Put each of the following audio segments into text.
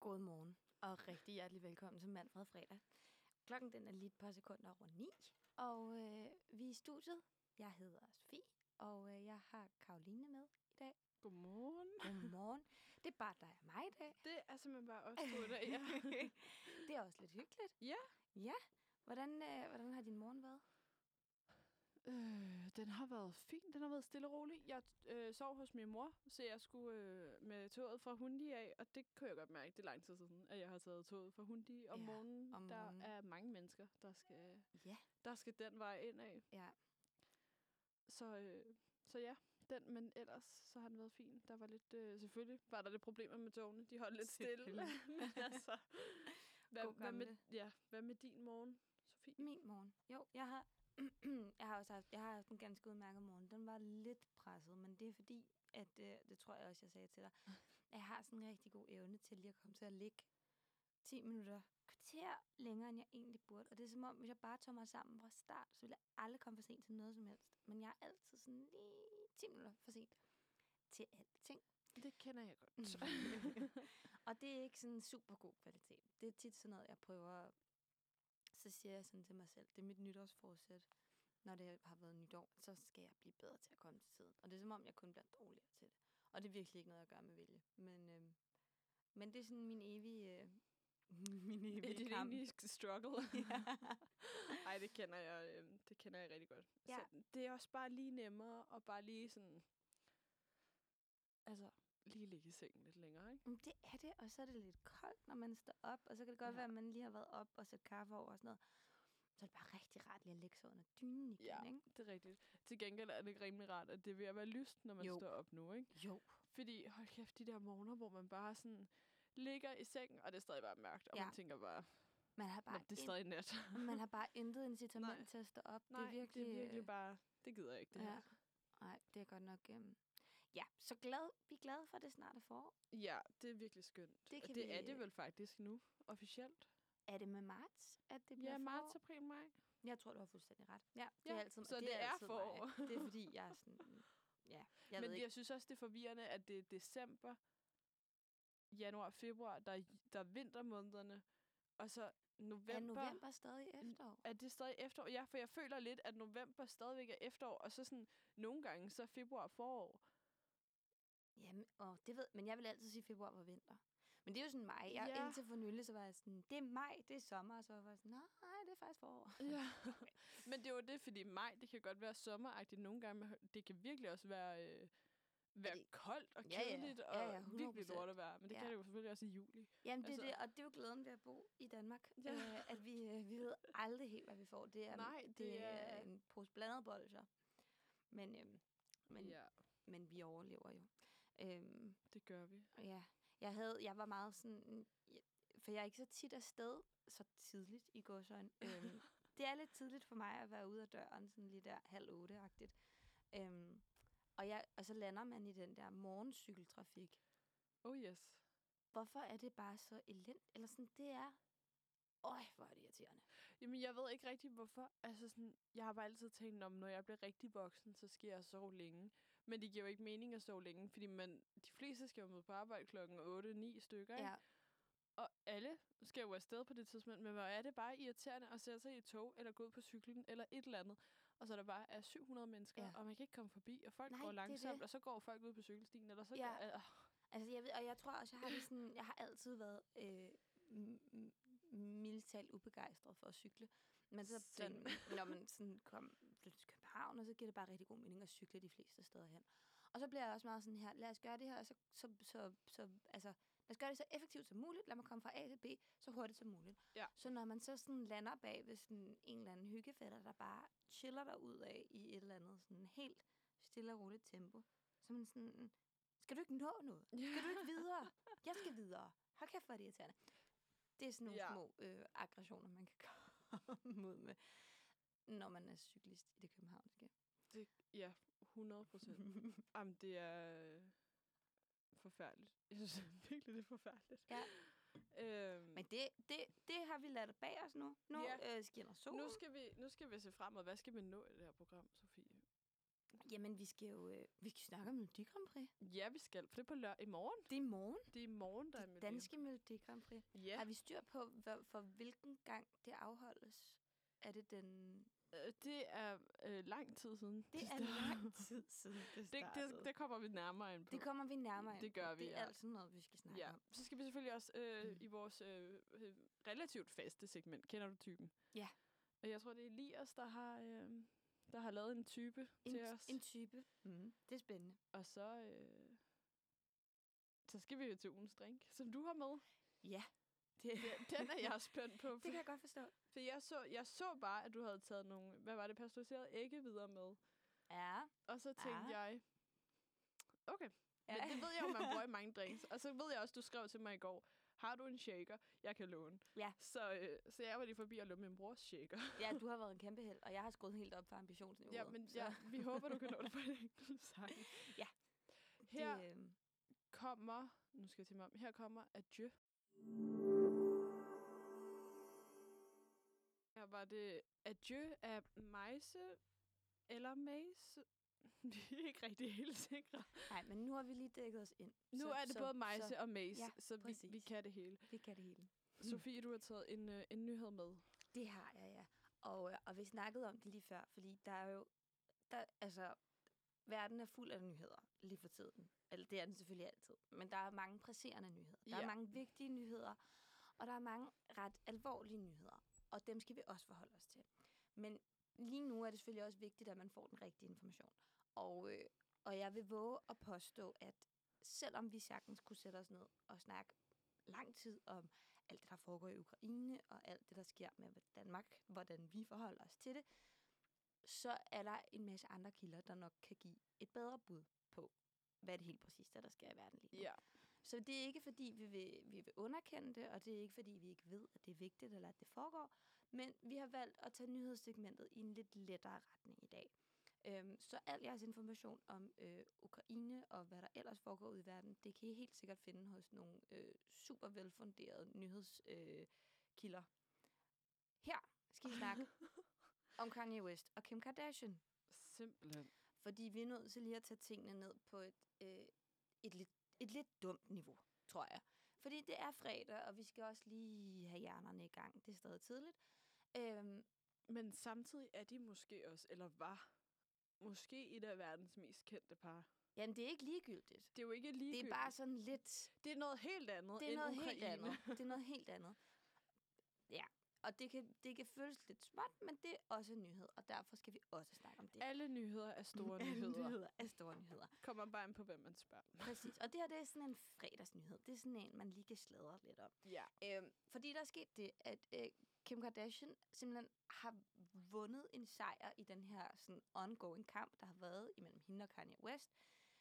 God morgen, og rigtig hjertelig velkommen til Manfred Fredag. Klokken den er lige et par sekunder over 9, og vi er i studiet. Jeg hedder Sofie, og jeg har Karoline med i dag. Godmorgen. Godmorgen. Det er bare dig og mig i dag. Det er simpelthen bare os to i dag, ja. Det er også lidt hyggeligt. Ja. Ja. Hvordan har din morgen været? Den har været fin. Den har været stille og rolig. Jeg sov hos min mor, så jeg skulle med toget fra Hundi af, og det kunne jeg godt mærke, det er lang tid siden, at jeg har taget toget fra Hundi om morgenen. Der er mange mennesker, der skal den vej ind af. Ja. Så ja, men ellers så har den været fin. Der var lidt, selvfølgelig var der lidt problemer med togene. De holdt lidt stille. Men altså, hvad med din morgen, Sofie? Min morgen? Jo, jeg har haft en ganske udmærket morgen. Den var lidt presset, men det er fordi, at det tror jeg også, jeg sagde til dig, at jeg har sådan en rigtig god evne til lige at komme til at ligge 10 minutter, kvarter længere, end jeg egentlig burde. Og det er som om, hvis jeg bare tog mig sammen fra start, så ville jeg aldrig komme for sent til noget som helst. Men jeg er altid sådan lige 10 minutter for sent til alting. Det kender jeg godt. Og det er ikke sådan en super god kvalitet. Det er tit sådan noget, jeg prøver. Så siger jeg sådan til mig selv, det er mit nytårsforsæt. Når det har været nytår, så skal jeg blive bedre til at komme til tiden. Og det er som om, jeg kun bliver dårligere til det. Og det er virkelig ikke noget, jeg gør med vilje. Men det er sådan min evige kamp. Evige struggle. Ej, det kender jeg rigtig godt. Ja. Så det er også bare lige nemmere, og bare lige sådan, altså, lige ligge i sengen lidt længere, ikke? Det er det, og så er det lidt koldt, når man står op, og så kan det godt være, at man lige har været op og sætte kaffe over og sådan noget. Så er det bare rigtig rart lige at lægge sig under dynen igen, ja, ikke? det er rigtigt. Til gengæld er det ikke rimelig rart, at det er ved at være lyst, når man står op nu, ikke? Jo. Fordi, hold kæft, de der morgener, hvor man bare sådan ligger i sengen, og det er stadig bare mørkt, og man tænker bare, det er stadig nat. Man har bare intet incitament til at stå op. Nej, det er virkelig bare, det gider jeg ikke, det her. Nej, det er godt nok. Ja, så vi er glade for, at det snart er forår. Ja, det er virkelig skønt. Det er det vel faktisk nu, officielt. Er det med marts, at det bliver forår? Marts, april, maj. Jeg tror, du har fuldstændig ret. Ja, det er altid, så det er forår. Det er fordi, jeg er sådan. Ja, jeg synes også, det er forvirrende, at det er december, januar, februar, der er vintermånederne, og så november. Er november stadig efterår? Er det stadig efterår? Ja, for jeg føler lidt, at november stadigvæk er efterår, og så sådan nogle gange, så er februar forår. Jamen, men jeg vil altid sige, at februar var vinter. Men det er jo sådan maj. Indtil for nylig, så var jeg sådan, det er maj, det er sommer, og så var jeg sådan, nej, det er faktisk forår. Ja, men det er jo det, fordi maj, det kan godt være sommeragtigt nogle gange, men det kan virkelig også være koldt og kedeligt og virkelig lort at være. Men det kan det jo selvfølgelig også i juli. Jamen, det er det, og det er jo glæden ved at bo i Danmark. Ja. At vi ved aldrig helt, hvad vi får. Det er en pose blandet bolcher. Men vi overlever jo. Det gør vi. Ja, jeg var meget sådan, for jeg er ikke så tit afsted så tidligt i gåseøjne. Det er lidt tidligt for mig at være ude af døren, sådan lige der 7:30-agtigt. Og så lander man i den der morgencykeltrafik. Oh yes. Hvorfor er det bare så elendigt? Eller sådan, det er... hvor er det irriterende. Jamen, jeg ved ikke rigtig, hvorfor. Altså, sådan, jeg har bare altid tænkt, når jeg bliver rigtig voksen, så skal jeg sove længe. Men det giver jo ikke mening at sove længe, fordi de fleste skal jo møde på arbejde klokken 8-9 stykker, ikke? Ja. Og alle skal jo afsted på det tidspunkt, men hvor er det bare irriterende at sætte sig i et tog, eller gå ud på cyklen, eller et eller andet, og så der bare er 700 mennesker, og man kan ikke komme forbi, og folk går langsomt, og så går folk ud på cykelstien, eller så Altså, jeg tror også, jeg har altid været mildt talt ubegejstret for at cykle. Men så, når man sådan kom til København, og så giver det bare rigtig god mening at cykle de fleste steder hen. Og så bliver jeg også meget sådan her, lad os gøre det her, lad os gøre det så effektivt som muligt, lad mig komme fra A til B, så hurtigt som muligt. Ja. Så når man så sådan lander bag ved sådan en eller anden hyggefætter, der bare chiller der ud af i et eller andet sådan helt stille og roligt tempo, så man sådan, skal du ikke nå noget? Skal du ikke videre? Jeg skal videre. Hold kæft, hvor er det irriterende. Det er sådan nogle små aggressioner, man kan komme ud med, når man er cyklist i det københavnske. 100%. Jamen, det er forfærdeligt. Jeg synes virkelig, det er forfærdeligt. Ja. Men det har vi ladt bag os nu. Nu skinner solen. Nu skal vi se fremad. Hvad skal vi nå i det her program, Sofie? Jamen, vi skal jo vi skal snakke om Melodi Grand Prix. Ja, vi skal, for det er på i morgen. Det er i morgen. Det er i morgen, der er Melodi. Danske Melodi Grand Prix. Ja. Har vi styr på, for hvilken gang det afholdes? Er det den... Det er lang tid siden. Det er lang tid siden, det startede. Det kommer vi nærmere ind på. Det kommer vi nærmere ind på. Det gør vi, Det er altid noget, vi skal snakke om. Så skal vi selvfølgelig også i vores relativt faste segment. Kender du typen? Ja. Og jeg tror, det er Elias, der har lavet en type til os. En type. Det er spændende. Og så skal vi jo til ugens drink, som du har med. Ja. Den er jeg spændt på. Det kan jeg godt forstå. For jeg så bare, at du havde taget nogle, hvad var det, pasteuriserede æggevidder med. Ja. Og så tænkte jeg, okay. Ja. Men det ved jeg jo, man bruger i mange drinks. Og så ved jeg også, du skrev til mig i går, har du en shaker, jeg kan låne. Ja. Så jeg var lige forbi og låne min brors shaker. Ja, du har været en kæmpe held, og jeg har skruet helt op for ambitionsniveauet. Ja, men vi håber, du kan nå det på en enkelt sang. Ja. Her kommer, nu skal jeg til mig om, her kommer Adieu. Her var det Adieu af Meise eller Maise. Vi er ikke rigtig helt sikre. Nej, men nu har vi lige dækket os ind. Nu er det både Meise og Maise, ja, så vi kan det hele. Vi kan det hele. Sofie, du har taget en nyhed med. Det har jeg, ja. Og vi snakkede om det lige før, fordi der er jo... verden er fuld af nyheder lige for tiden. Eller det er den selvfølgelig altid. Men der er mange presserende nyheder. Der er mange vigtige nyheder, og der er mange ret alvorlige nyheder. Og dem skal vi også forholde os til. Men lige nu er det selvfølgelig også vigtigt, at man får den rigtige information. Og jeg vil våge at påstå, at selvom vi sagtens kunne sætte os ned og snakke lang tid om alt det, der foregår i Ukraine, og alt det, der sker med Danmark, hvordan vi forholder os til det, så er der en masse andre kilder, der nok kan give et bedre bud på, hvad det helt præcis er, der sker i verden lige nu. Ja. Så det er ikke, fordi vi vil underkende det, og det er ikke, fordi vi ikke ved, at det er vigtigt, eller at det foregår, men vi har valgt at tage nyhedssegmentet i en lidt lettere retning i dag. Så al jeres information om Ukraine og hvad der ellers foregår ude i verden, det kan I helt sikkert finde hos nogle super velfunderede nyhedskilder. Her skal I snakke om Kanye West og Kim Kardashian. Simpelthen. Fordi vi er nødt til lige at tage tingene ned på et lidt dumt niveau, tror jeg. Fordi det er fredag, og vi skal også lige have hjernerne i gang. Det er stadig tidligt. Men samtidig er de måske også, eller var, måske et af verdens mest kendte par. Jamen, det er ikke ligegyldigt. Det er jo ikke ligegyldigt. Det er bare sådan lidt... Det er noget helt andet end Ukraine. Det er noget helt andet. Ja, og det kan føles lidt småt, men det er også en nyhed, og derfor skal vi også snakke om det. Alle nyheder er store nyheder. Alle nyheder er store nyheder. Kommer bare ind på, hvem man spørger. Præcis, og det her, det er sådan en fredagsnyhed. Det er sådan en, man lige kan sladre lidt om. Ja. Fordi der er sket det, at Kim Kardashian simpelthen har vundet en sejr i den her sådan ongoing kamp, der har været imellem hende og Kanye West.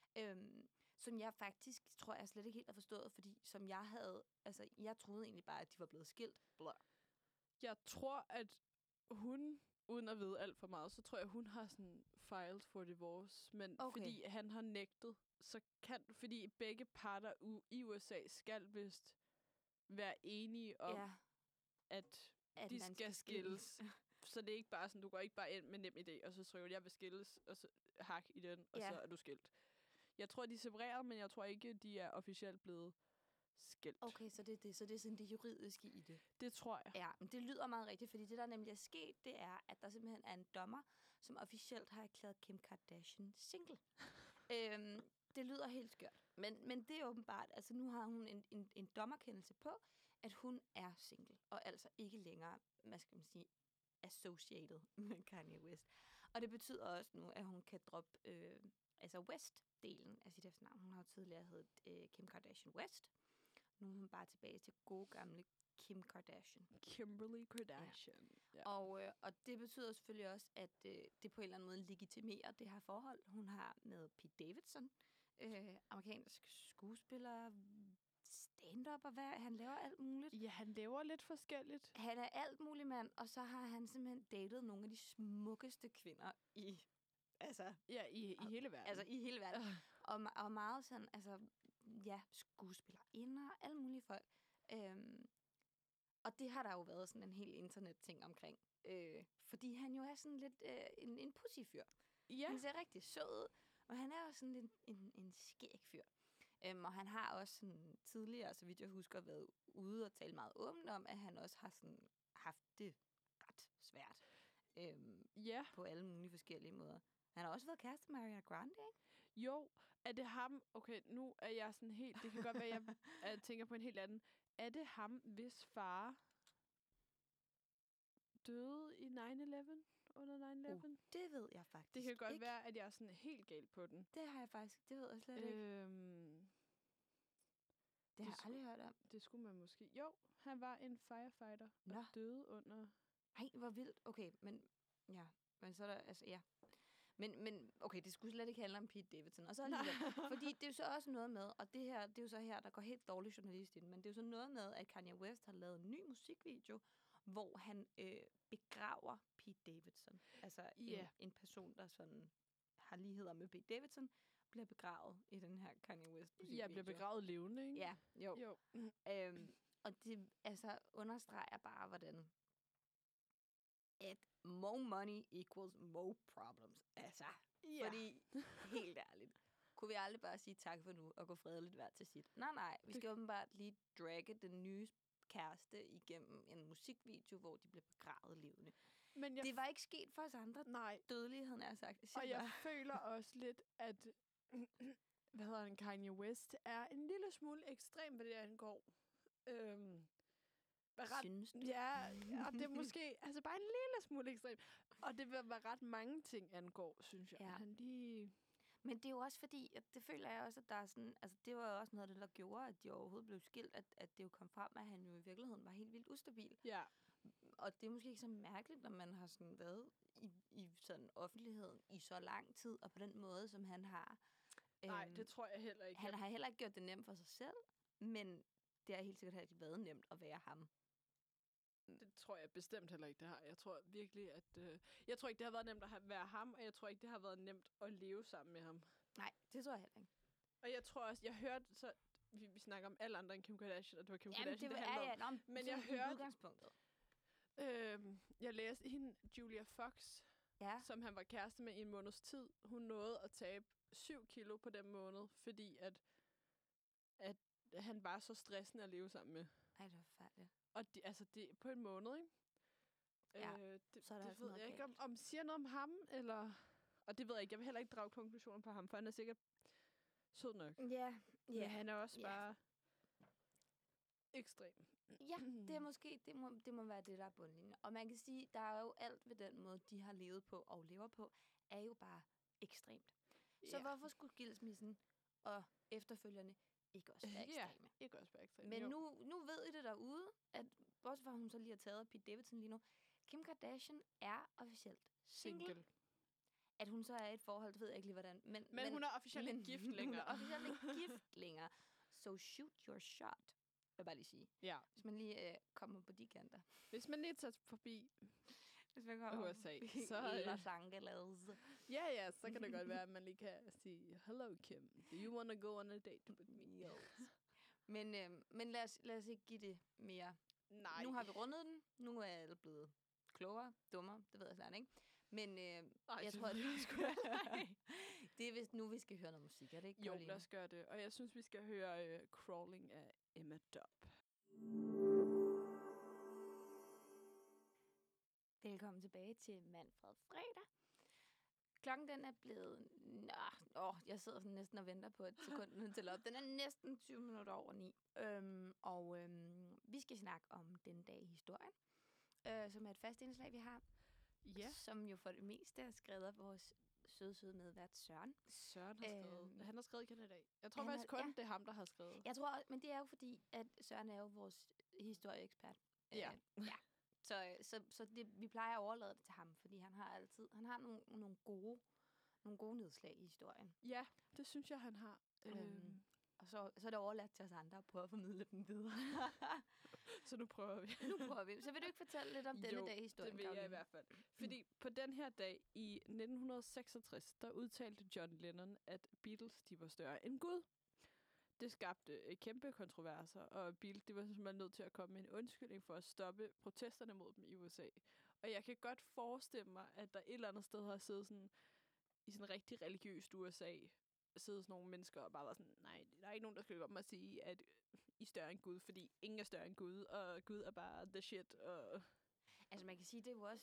Som jeg faktisk, tror jeg slet ikke helt har forstået, fordi som jeg troede egentlig bare, at de var blevet skilt. Blah. Jeg tror, at hun, uden at vide alt for meget, så tror jeg, hun har sådan filed for divorce. Men fordi han har nægtet, fordi begge parter i USA skal vist være enige om, at de skal skilles. Så det er ikke bare sådan, du går ikke bare ind med NemID, og så skriver jeg vil skilles, og så hak i den, og så er du skilt. Jeg tror, de er separeret, men jeg tror ikke, de er officielt blevet skilt. Okay, så det er det. Så det er sådan det juridiske i det. Det tror jeg. Ja, men det lyder meget rigtigt, fordi det, der nemlig er sket, det er, at der simpelthen er en dommer, som officielt har erklæret Kim Kardashian single. Det lyder helt skørt. Men det er åbenbart, altså nu har hun en dommerkendelse på, at hun er single, og altså ikke længere, hvad skal man sige, associated med Kanye West. Og det betyder også nu, at hun kan droppe West-delen af sit efternavn. Hun har jo tidligere heddet Kim Kardashian West. Nu er hun bare tilbage til gode gamle Kim Kardashian. Kimberly Kardashian. Ja. Og det betyder selvfølgelig også, at det på en eller anden måde legitimerer det her forhold, hun har med Pete Davidson, amerikansk skuespiller, stand-up og hvad. Han laver alt muligt. Ja, han laver lidt forskelligt. Han er alt mulig mand, og så har han simpelthen datet nogle af de smukkeste kvinder i hele verden. Altså i hele verden. Og meget sådan, skuespillerinder, alle mulige folk. Og det har der jo været sådan en hel internetting omkring. Fordi han jo er sådan lidt en pussyfyr. Ja. Han ser rigtig sød ud, og han er jo sådan en skæg fyr. Og han har også sådan tidligere, så vidt jeg husker, været ude og tale meget åbent om, at han også har sådan haft det ret svært. På alle mulige forskellige måder. Han har også været kæreste med Ariana Grande, ikke? Jo, er det ham? Okay, nu er jeg sådan helt... Det kan godt være, jeg tænker på en helt anden. Er det ham, hvis far døde i 9/11? Under 9/11? Det ved jeg faktisk Det kan godt ikke. være, at jeg er sådan helt galt på den. Det har jeg faktisk... Det ved jeg slet ikke. Det har jeg aldrig hørt om. Det skulle man måske... Jo, han var en firefighter og døde under... Ej, hvor vildt. Okay, men... Ja, men så er der... Altså, ja. Men okay, det skulle slet ikke handle om Pete Davidson. Og så alligevel, fordi det er jo så også noget med, og det her, det er jo så her, der går helt dårlig journalist i den, men det er jo så noget med, at Kanye West har lavet en ny musikvideo, hvor han begraver Pete Davidson. Altså en person, der sådan har ligheder med Pete Davidson, bliver begravet i den her Kanye West musikvideo. Ja, bliver begravet levende, ikke? Ja, jo. Og det altså understreger bare, hvordan at more money equals more problems. Altså, fordi, helt ærligt, kunne vi aldrig bare sige tak for nu og gå fredeligt hver til sit? Nej, vi skal åbenbart lige dragge den nye kæreste igennem en musikvideo, hvor de blev begravet levende. Men det var ikke sket for os andre. Nej. Dødeligheden er sagt. Og jeg føler også lidt, at Kanye West er en lille smule ekstrem, hvad det angår. Synes du? Ja, og det er måske altså bare en lille smule ekstremt. Og det vil være ret mange ting angår, synes jeg. Ja. Han lige... Men det er jo også fordi, at det føler jeg også, at der er sådan... Altså, det var jo også noget af det, der gjorde, at de overhovedet blev skilt. At det jo kom frem, at han jo i virkeligheden var helt vildt ustabil. Ja. Og det er måske ikke så mærkeligt, når man har sådan været i sådan offentligheden i så lang tid, og på den måde, som han har. Nej, det tror jeg heller ikke. Han har heller ikke gjort det nemt for sig selv, men det har helt sikkert heller ikke været nemt at være ham. Det tror jeg bestemt heller ikke, det har. Jeg tror virkelig, at... jeg tror ikke, det har været nemt at være ham, og jeg tror ikke, det har været nemt at leve sammen med ham. Nej, det tror jeg heller ikke. Og jeg tror også, jeg hørte så... Vi snakker om alle andre end Kim Kardashian, og det var Kim Kardashian, det handlede om. Men jeg hørte... udgangspunktet. Jeg læste hende, Julia Fox, som han var kæreste med i en måneds tid. Hun nåede at tabe 7 kilo på den måned, fordi at han var så stressende at leve sammen med. Ej, det var forfærdeligt. Og det på en måned, ikke? Ja, så er der det ved jeg ikke, om siger noget om ham, eller... Og det ved jeg ikke. Jeg vil heller ikke drage konklusioner på ham, for han er sikkert sød nok. Ja. Men han er også bare ekstrem. Ja, det er måske, det må være det, der er bundlinjen. Og man kan sige, der er jo alt ved den måde, de har levet på og lever på, er jo bare ekstremt. Så hvorfor skulle skilsmissen og efterfølgende ikke også være ekstreme? Ja, ikke også være ekstreme. Men nu ved I det derude, at bortset fra, hun så lige har taget Pete Davidson lige nu, Kim Kardashian er officielt single. At hun så er i et forhold, det ved jeg ikke lige, hvordan. Men hun er officielt ikke gift længere. Hun er officielt ikke gift længere. So shoot your shot, vil jeg bare lige sige. Ja. Hvis man lige kommer på de kanter. Hvis man lige tager forbi Hvis man kommer USA, så Los Angeles. Ja, så kan det godt være, at man lige kan sige, hello Kim, do you want to go on a date with me? Yes. Men lad os ikke give det mere. Nej. Nu har vi rundet den. Nu er alle blevet klogere, dummere, det ved jeg slet ikke. Men jeg tror, det er vist nu, vi skal høre noget musik, er det ikke? Jo, lad os gøre det. Og jeg synes, vi skal høre Crawling af Emma Dobb. Velkommen tilbage til Manfred Fredag. Klokken den er blevet... jeg sidder sådan næsten og venter på et sekund til op. Den er næsten 20 minutter over 9. Vi skal snakke om den dag i historien, som er et fast indslag, vi har. Ja. Som jo for det meste er skrevet af vores søde medvært Søren. Søren har skrevet. Han har skrevet igen i dag. Jeg tror faktisk kun, det er ham, der har skrevet. Jeg tror, men det er jo fordi, at Søren er jo vores historieekspert. Ja. Så vi plejer at overlade det til ham, fordi han har nogle gode nedslag i historien. Ja, det synes jeg, han har. Og så er det overladt til os andre at prøve at formidle dem videre. Så nu prøver vi. Så vil du ikke fortælle lidt om denne dag i historien? Det vil jeg i hvert fald. Fordi på den her dag i 1966, der udtalte John Lennon, at Beatles, de var større end Gud. Det skabte kæmpe kontroverser, og Beatles, de var simpelthen nødt til at komme med en undskyldning for at stoppe protesterne mod dem i USA. Og jeg kan godt forestille mig, at der et eller andet sted har siddet sådan i sådan rigtig religiøst USA sidde sådan nogle mennesker og bare var sådan, nej, der er ikke nogen, der skal komme og sige, at I er større end Gud, fordi ingen er større end Gud, og Gud er bare the shit. Og Altså man kan sige, det er jo også,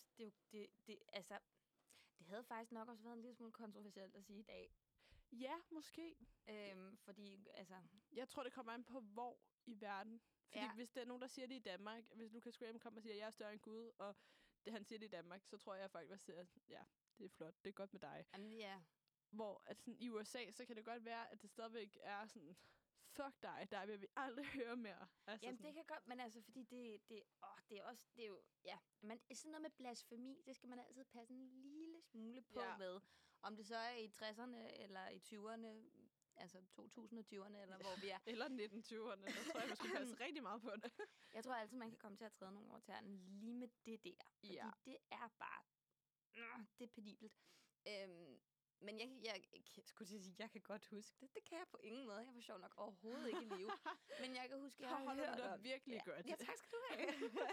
det havde faktisk nok også været en lille smule kontroversielt at sige i dag. Ja, måske. Fordi, altså... Jeg tror, det kommer an på, hvor i verden. Fordi hvis der er nogen, der siger det i Danmark, hvis Lucas Graham kommer og siger, at jeg er større end Gud, og han siger det i Danmark, så tror jeg, at folk vil sige, ja, det er flot, det er godt med dig. Jamen, ja. Hvor at sådan, i USA, så kan det godt være, at det stadigvæk er sådan, fuck dig, der vil vi aldrig høre mere. Altså jamen, sådan. det kan godt, men altså, fordi det er jo, ja, men sådan noget med blasfemi, det skal man altid passe en lille smule på med. Om det så er i 60'erne, eller i 20'erne, altså 2020'erne, eller hvor vi er. Eller 1920'erne, der tror jeg, man skal passe rigtig meget på det. Jeg tror altid, man kan komme til at træde nogle år til lige med det der. Fordi det er bare, det er penibelt. Men jeg skulle til at sige, jeg kan godt huske det. Det kan jeg på ingen måde. Jeg var sjov nok overhovedet ikke i live. Men jeg kan huske, jeg har hørt om... virkelig godt. Ja, tak skal du have.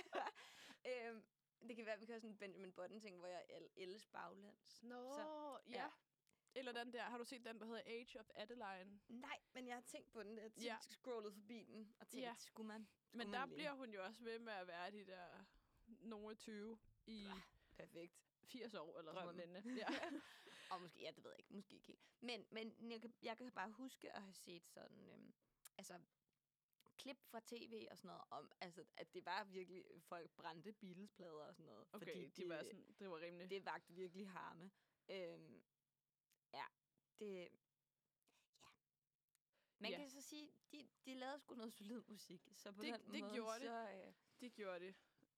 Det kan være, at vi kan have sådan en Benjamin Button-ting, hvor jeg ældes baglæns. Så, ja. Eller den der, har du set den, der hedder Age of Adeline? Nej, men jeg har tænkt på den. Jeg har scrollet forbi den og tænkt, skulle man men der bliver hun jo også ved med at være de der nogle 20 i perfekt 80 år eller sådan noget. Ja. Og måske, ja, det ved jeg ikke, måske ikke helt. Men jeg kan bare huske at have set sådan, klip fra tv og sådan noget om, altså, at det var virkelig, folk brændte Beatles-plader og sådan noget. Okay, fordi det var rimelig. Det vagte virkelig harme. Man kan så sige, de lavede sgu noget solid musik, så på den måde, gjorde så... Det gjorde det.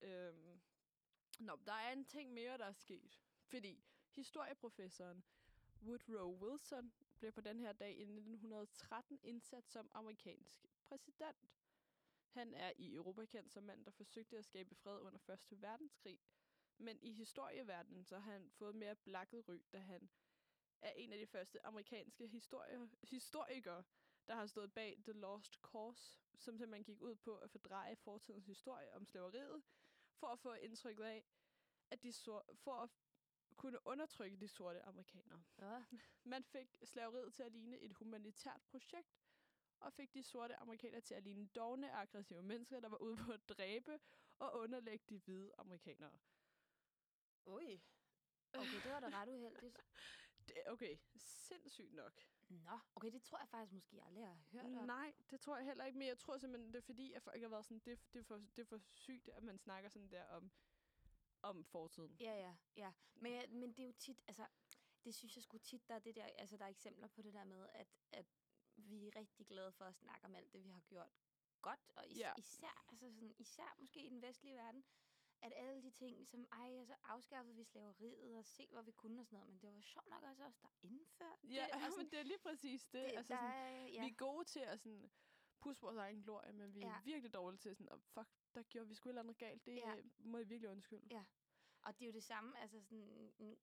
Der er en ting mere, der er sket. Fordi historieprofessoren Woodrow Wilson blev på den her dag i 1913 indsat som amerikansk præsident. Han er i Europa kendt som mand, der forsøgte at skabe fred under 1. verdenskrig. Men i historieverdenen så har han fået mere blakket ry, da han er en af de første amerikanske historikere, der har stået bag The Lost Cause, som simpelthen gik ud på at fordreje fortidens historie om slaveriet, for at få indtrykket af, at for at kunne undertrykke de sorte amerikanere. Ja. Man fik slaveriet til at ligne et humanitært projekt, og fik de sorte amerikanere til at ligne dovne, aggressive mennesker, der var ude på at dræbe og underlægge de hvide amerikanere. Ui. Okay, det var da ret uheldigt. Okay, sindssygt nok. Nå, okay, det tror jeg faktisk måske aldrig har hørt om. Nej, det tror jeg heller ikke, men jeg tror simpelthen, det er fordi, at folk har været sådan, det er for sygt, at man snakker sådan der om fortiden. Ja. Men det er jo tit, altså, det synes jeg sgu tit, der er det der, altså der er eksempler på det der med, at vi er rigtig glade for at snakke om alt det, vi har gjort godt, og især måske i den vestlige verden, at alle de ting, som, så afskaffede vi slaveriet, og se, hvor vi kunne og sådan noget, men det var sjovt nok også os, der indførte det. Ja, men det er lige præcis det. Altså, vi er gode til at sådan, pusse vores egen glorie, men vi er virkelig dårlige til sådan, fuck, der gjorde vi sgu et eller andet galt. Det må I virkelig undskylde. Ja, og det er jo det samme, altså sådan,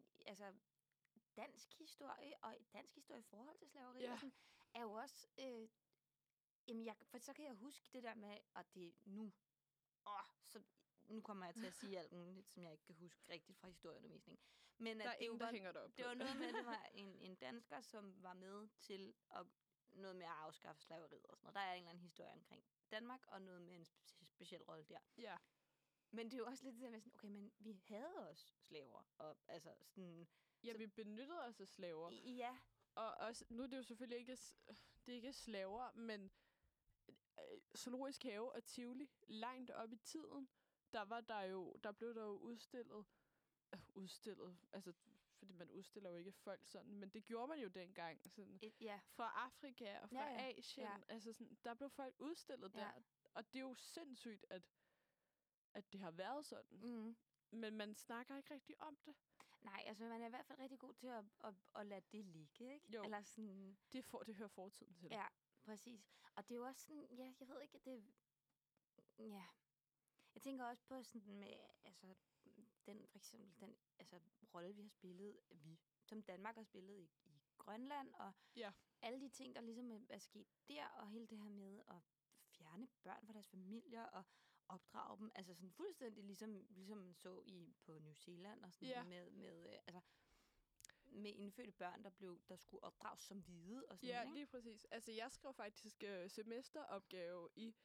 dansk historie, og dansk historie i forhold til slaveri, sådan, er jo også, for så kan jeg huske det der med, og det nu, nu kommer jeg til at sige alt muligt, som jeg ikke kan huske rigtigt fra historieundervisning. Men der er ingen, der hænger det op på. Det var noget med, at det var en dansker, som var med til noget med at afskaffe slaveriet og sådan noget. Der er en eller anden historie omkring Danmark, og noget med en speciel rolle der. Ja. Men det er jo også lidt det der med sådan, okay, men vi havde også slaver, og altså sådan... Ja, vi benyttede os af slaver. Ja. Og også, nu er det jo selvfølgelig ikke, det er ikke slaver, men Zoologisk Have og Tivoli, langt op i tiden, der blev der jo udstillet, altså, fordi man udstiller jo ikke folk sådan, men det gjorde man jo dengang, sådan, fra Afrika og fra Asien, altså sådan, der blev folk udstillet der, og det er jo sindssygt, at det har været sådan, men man snakker ikke rigtig om det. Nej, altså man er i hvert fald rigtig god til at lade det ligge, ikke? Jo, eller sådan, det hører fortiden til. Ja, præcis. Og det er jo også sådan, jeg ved ikke, det... Ja. Jeg tænker også på sådan med, altså, for eksempel den rolle, vi har spillet, som Danmark har spillet i Grønland, og alle de ting, der ligesom er sket der, og hele det her med at fjerne børn fra deres familier, og opdrage dem, altså sådan fuldstændig ligesom man så på New Zealand, og sådan med indfødte børn, der skulle opdrages som hvide og sådan Ja, ikke? lige præcis. Altså, jeg skrev faktisk semesteropgave i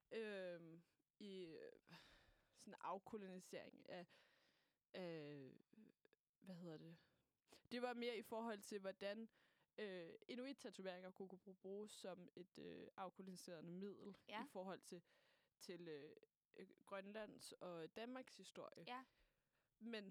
sådan afkolonisering af, hvad hedder det? Det var mere i forhold til, hvordan inuit-tatoveringer kunne bruges som et afkoloniserende middel i forhold til Grønlands og Danmarks historie. Ja. Men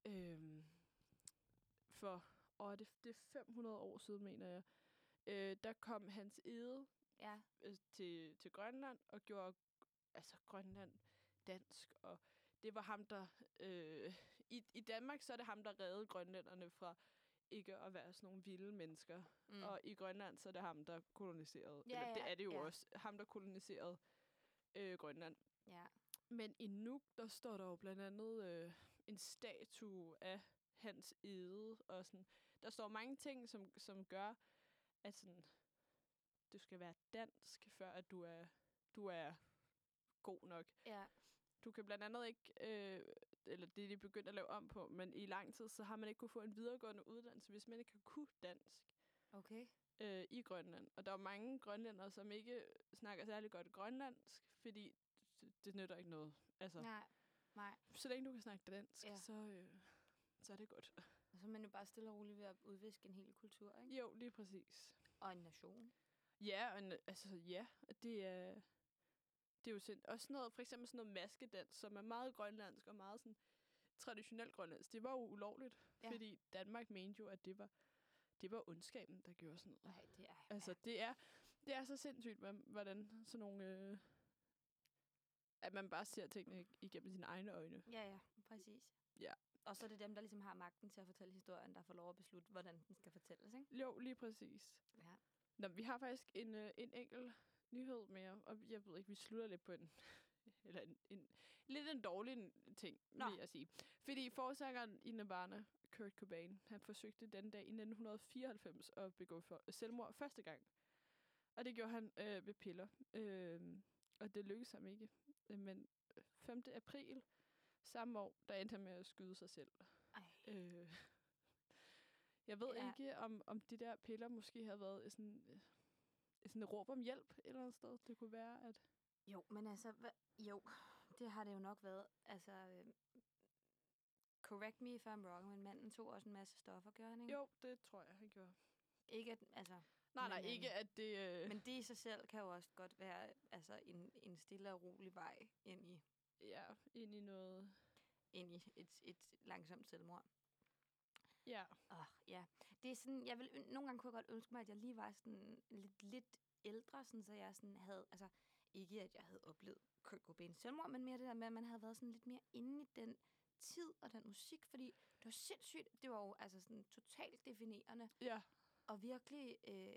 det er 500 år siden, mener jeg, der kom Hans Egede til Grønland og gjorde Grønland dansk, og det var ham, der i Danmark, så er det ham, der reddede grønlænderne fra ikke at være sådan nogle vilde mennesker. Og i Grønland, så er det ham, der koloniserede. Eller det er det jo også. Ham, der koloniserede Grønland. Ja. Men i Nuuk, der står der jo blandt andet en statue af Hans Egede. Og sådan, der står mange ting, som gør, at sådan, du skal være dansk, før at du er god nok. Ja. Du kan blandt andet ikke, eller det er de begyndt at lave om på, men i lang tid, så har man ikke kunne få en videregående uddannelse, hvis man ikke kan kunne dansk. Okay. I Grønland. Og der er mange grønlændere, som ikke snakker særlig godt grønlandsk, fordi det nytter ikke noget. Altså, nej. Så længe du kan snakke dansk, så er det godt. Og så er man jo bare stille og roligt ved at udviske en hel kultur, ikke? Jo, lige præcis. Og en nation. Ja, det er jo også noget, for eksempel sådan noget maskedans, som er meget grønlandsk og meget sådan traditionelt grønlandsk. Det var jo ulovligt, fordi Danmark mente jo, at det var ondskaben, der gjorde sådan noget. Nej, det er... Altså, det er så sindssygt, hvordan sådan nogle... at man bare ser tingene igennem sine egne øjne. Ja, præcis. Ja. Og så er det dem, der ligesom har magten til at fortælle historien, der får lov at beslutte, hvordan den skal fortælles, ikke? Jo, lige præcis. Ja. Nå, vi har faktisk en enkelt nyhed mere, og jeg ved ikke, vi slutter lidt på lidt en dårlig ting, vil jeg sige. Fordi forsangeren i Nirvana, Kurt Cobain, han forsøgte den dag i 1994 at begå selvmord første gang. Og det gjorde han ved piller. Og det lykkedes ham ikke. Men 5. april samme år, der endte han med at skyde sig selv. Jeg ved ikke, om de der piller måske havde været sådan et råb om hjælp et eller andet sted. Det kunne være, at... Jo, men altså... det har det jo nok været. Altså... correct me if I'm wrong, men manden tog også en masse stoffer, gør han, ikke? Jo, det tror jeg, han gjorde. Ikke at... Altså... Nej, ikke at det... Men det i sig selv kan jo også godt være en stille og rolig vej ind i... Ja, ind i noget... Ind i et langsomt selvmord. Ja. Ja. Det er sådan, nogle gange kunne jeg godt ønske mig, at jeg lige var sådan lidt ældre, sådan, så jeg sådan havde, altså ikke at jeg havde oplevet Kurt Cobains selvmord, men mere det der med, at man havde været sådan lidt mere inde i den tid og den musik, fordi det var sindssygt, det var jo altså sådan totalt definerende. Ja. Og virkelig,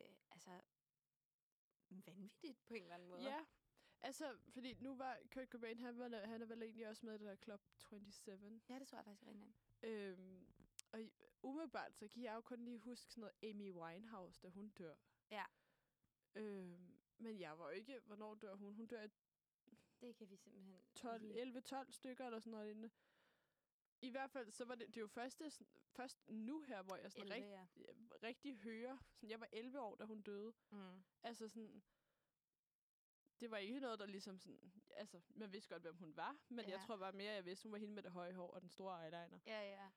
vanvittigt på en eller anden måde. Ja, altså, fordi nu var Kurt Cobain, han er vel egentlig også med i det der Club 27. Ja, det tror jeg faktisk er rigtig nemt. Og umiddelbart, så kan jeg jo kun lige huske sådan noget Amy Winehouse, da hun dør. Ja. Men jeg var jo ikke, hvornår dør hun? Hun dør det kan vi simpelthen... 11-12 stykker eller sådan noget lignende. I hvert fald, så var det jo først nu her, hvor jeg sådan 11, rigtig hører. Sådan, jeg var 11 år, da hun døde. Altså sådan... Det var ikke noget, der ligesom sådan... Altså, man vidste godt, hvem hun var. Men jeg tror bare mere, jeg vidste, hun var hende med det høje hår og den store eyeliner. Ja.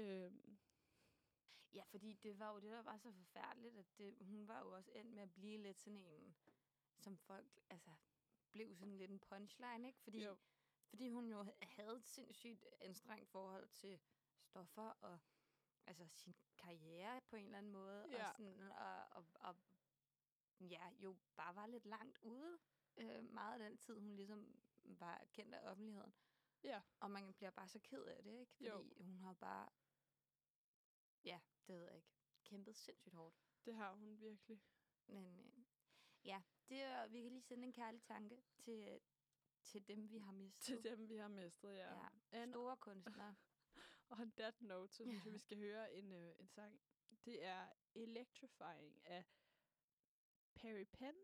Ja, fordi det var jo det, der var så forfærdeligt, at hun var jo også endt med at blive lidt sådan en, som folk, altså, blev sådan lidt en punchline, ikke? Fordi hun jo havde et sindssygt anstrengt forhold til stoffer og altså sin karriere på en eller anden måde. Ja. Og sådan, og jo bare var lidt langt ude meget af den tid, hun ligesom var kendt af offentligheden. Ja. Og man bliver bare så ked af det, ikke? Fordi hun har bare, det ved jeg ikke, kæmpet sindssygt hårdt. Det har hun virkelig. Men vi kan lige sende en kærlig tanke til dem, vi har mistet. Til dem, vi har mistet, ja. Store kunstnere. Og on that note, så synes jeg, vi skal høre en sang. Det er Electrifying af Perry Penn.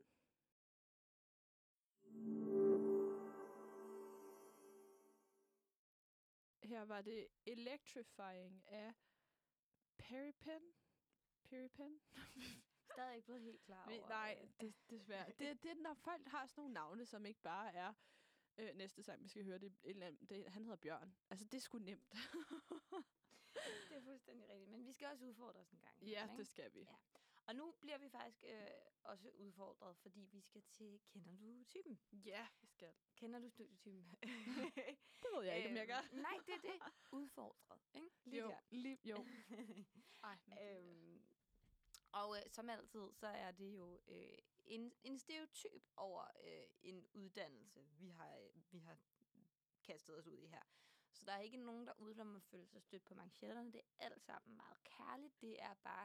Her var det Electrifying af Peripen? Stadig ikke blevet helt klar over. Nej, desværre. Det er, når folk har sådan nogle navne, som ikke bare er næste sang, vi skal høre, han hedder Bjørn. Altså, det er sgu nemt. Det er fuldstændig rigtigt. Men vi skal også udfordre os en gang. Ja, det skal vi. Ja. Og nu bliver vi faktisk også udfordret, fordi vi skal til Kender du typen? Ja, vi skal. Kender du studietypen? Det ved jeg ikke, om jeg gør. Nej, det er det. Udfordret, ikke? Lige der. Jo. Og som altid, så er det jo en stereotyp over en uddannelse, vi har kastet os ud i her. Så der er ikke nogen derude, der må føle sig stødt på manchetterne. Det er alt sammen meget kærligt. Det er bare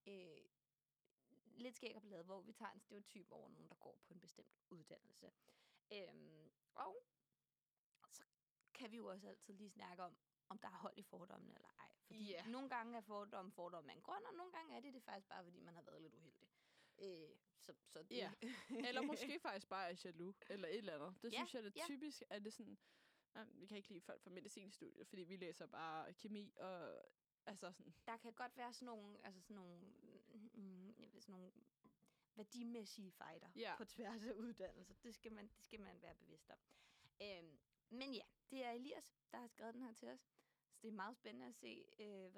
lidt skæg og blade, hvor vi tager en stereotyp over nogen, der går på en bestemt uddannelse. Og så kan vi jo også altid lige snakke om der er hold i fordommene eller ej. Fordi nogle gange er fordomme af en grund, og nogle gange er det faktisk bare, fordi man har været lidt uheldig. Så det... Ja. Eller måske faktisk bare er jaloux, eller et eller andet. Det synes jeg, det typisk er det sådan... Vi kan ikke lide folk fra medicinstudiet, fordi vi læser bare kemi og... Altså sådan... Der kan godt være sådan nogle værdimæssige fighter på tværs af uddannelser. Det skal man være bevidst om. Men ja, det er Elias, der har skrevet den her til os. Så det er meget spændende at se,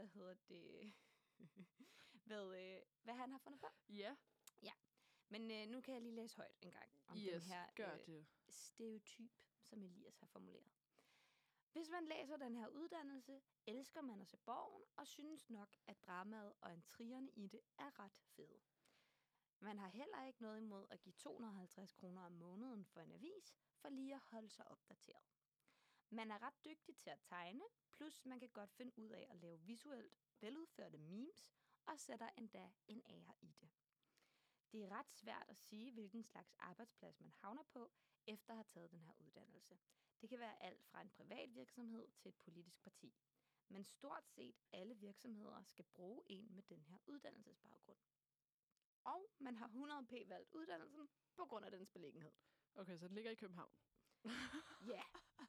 hvad han har fundet på. Ja. Ja. Men nu kan jeg lige læse højt en gang om den her stereotyp, som Elias har formuleret. Hvis man læser den her uddannelse, elsker man at se Borgen og synes nok, at dramaet og intrigerne i det er ret fede. Man har heller ikke noget imod at give 250 kroner om måneden for en avis, for lige at holde sig opdateret. Man er ret dygtig til at tegne, plus man kan godt finde ud af at lave visuelt veludførte memes, og sætter endda en ære i det. Det er ret svært at sige, hvilken slags arbejdsplads man havner på, efter at have taget den her uddannelse. Det kan være alt fra en privat virksomhed til et politisk parti. Men stort set alle virksomheder skal bruge en med den her uddannelsesbaggrund. Og man har 100p valgt uddannelsen på grund af dens beliggenhed. Okay, så den ligger i København. Ja.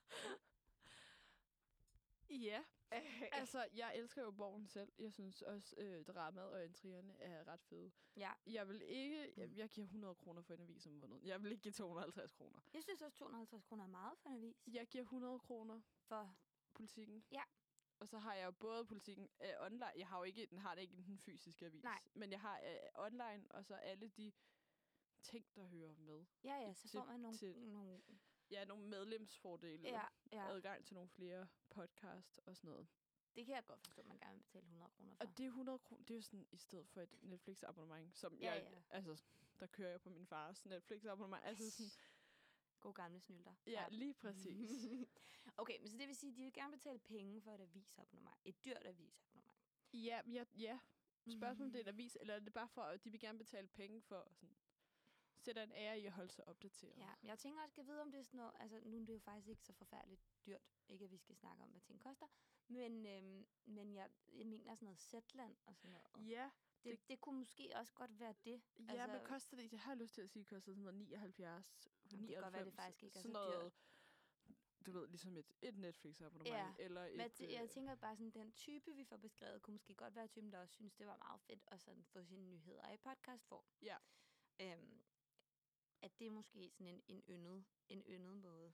Ja. Altså, jeg elsker jo Borgen selv. Jeg synes også, dramaet og intrigerne er ret fede. Ja. Jeg vil ikke... Jeg giver 100 kroner for en avis om måneden. Jeg vil ikke give 250 kroner. Jeg synes også, 250 kroner er meget for en avis. Jeg giver 100 kroner for Politikken. Ja. Og så har jeg jo både Politikken online. Jeg har jo ikke den fysiske avis. Nej. Men jeg har online, og så alle de ting, der hører med. Ja, så får man nogle... Ja, nogle medlemsfordele. Ja. Adgang til nogle flere podcast og sådan noget. Det kan jeg godt forstå, at man gerne vil betale 100 kroner for. Og det er 100 kroner, det er jo sådan i stedet for et Netflix-abonnement, som altså, der kører jeg på min fars Netflix-abonnement. Altså sådan... God gamle snylder. Ja, lige præcis. Okay, men så det vil sige, at de vil gerne betale penge for et avisabonnement. Et dyrt avisabonnement. Ja. Spørgsmålet det er en avis, eller er det bare for, at de vil gerne betale penge for sådan... Sætter en ære i at holde sig opdateret. Ja, jeg tænker også, at jeg vide, om det er sådan noget... Altså, nu er det jo faktisk ikke så forfærdeligt dyrt. Ikke, at vi skal snakke om, hvad ting koster. Men jeg mener sådan noget Zetland og sådan noget. Ja. Det kunne måske også godt være det. Ja, altså, hvad koster det? Jeg har lyst til at sige, at det koster sådan noget 79. Det kan godt være, det faktisk ikke er så dyrt. Du ved, ligesom et Netflix-abonnement. Ja, eller jeg tænker bare sådan, den type, vi får beskrevet, kunne måske godt være typen, der også synes, det var meget fedt at sådan få sine nyheder i podcastform. Ja. At det er måske sådan en yndet måde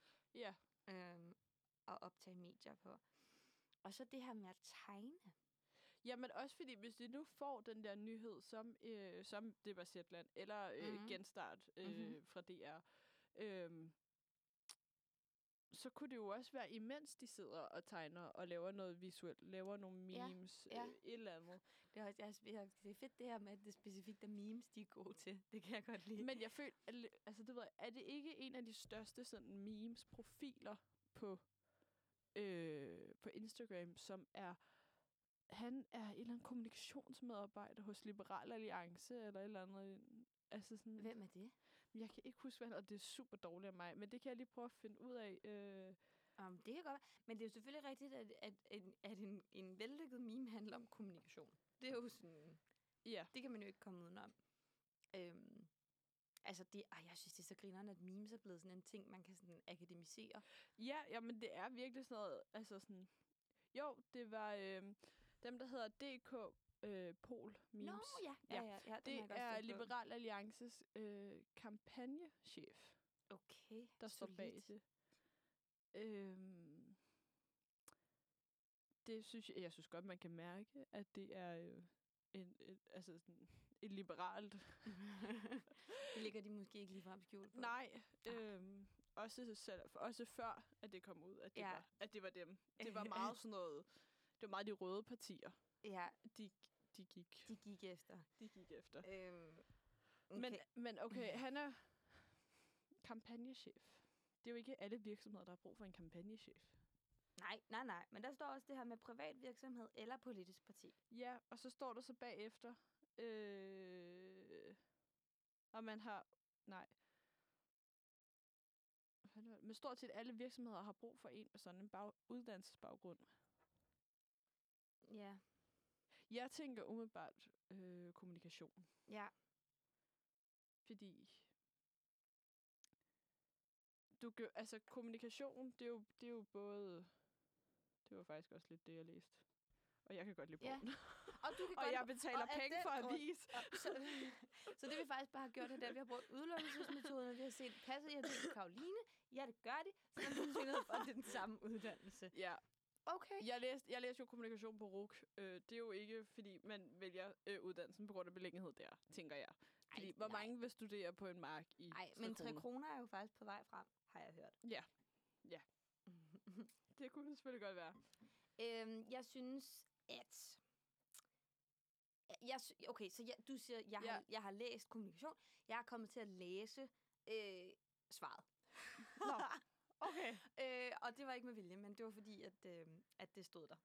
at optage medier på. Og så det her med at tegne. Jamen også fordi, hvis de nu får den der nyhed, som det var Zetland, eller Genstart fra DR, så kunne det jo også være, imens de sidder og tegner og laver noget visuelt, laver nogle memes, et eller andet. Det er fedt det her med, at det specifikt er memes, de er gode til. Det kan jeg godt lide. Men jeg føler, altså det ved jeg, er det ikke en af de største sådan memes-profiler på Instagram, som han er en eller anden kommunikationsmedarbejder hos Liberal Alliance, eller et eller andet. Altså sådan, hvem er det? Jeg kan ikke huske, hvad det er super dårligt af mig, men det kan jeg lige prøve at finde ud af. Det kan godt være. Men det er jo selvfølgelig rigtigt, at en vellykket meme handler om kommunikation. Det er jo sådan... Ja. Det kan man jo ikke komme udenom. Altså, jeg synes, det er så grineren, at memes er blevet sådan en ting, man kan sådan akademisere. Ja, men det er virkelig sådan noget... Altså sådan... Jo, det var dem, der hedder DK Pol Memes. Nå, ja. Det er Liberal Alliances kampagnechef, okay, der står bag det. Det synes jeg synes godt, man kan mærke, at det er altså sådan et liberalt. Det ligger de måske ikke ligefrem skjult på. Nej, også før, at det kom ud, at det var dem. Det var meget sådan noget, det var meget de røde partier. Ja. De gik efter. Okay. Men okay, han er kampagnechef. Det er jo ikke alle virksomheder, der har brug for en kampagnechef. Nej. Men der står også det her med privat virksomhed eller politisk parti. Ja, og så står der så bagefter, og man har, men stort set alle virksomheder har brug for en med sådan en uddannelsesbaggrund. Ja. Jeg tænker umiddelbart kommunikation. Ja. Fordi kommunikation, det er jo både, det var faktisk også lidt det, jeg læste. Og jeg kan godt lide bogen. Ja. Og jeg betaler penge for at vise. Så det vi faktisk bare har gjort, det er, at vi har brugt udelukkelsesmetoden, vi har set, passer jeg til Karoline? Ja, det gør de. Så er det for, at det er den samme uddannelse. Ja. Okay. Jeg læste jo kommunikation på RUC. Det er jo ikke, fordi man vælger uddannelsen på grund af beliggenhed der, tænker jeg. Fordi hvor mange vil studere på en mark i 3 kroner? Men 3 kroner er jo faktisk på vej frem, har jeg hørt. Ja. Det kunne det selvfølgelig godt være. Jeg synes, at... Okay, så du siger, jeg har læst kommunikation. Jeg er kommet til at læse svaret. Nå, okay. Og det var ikke med vilje, men det var fordi, at det stod der.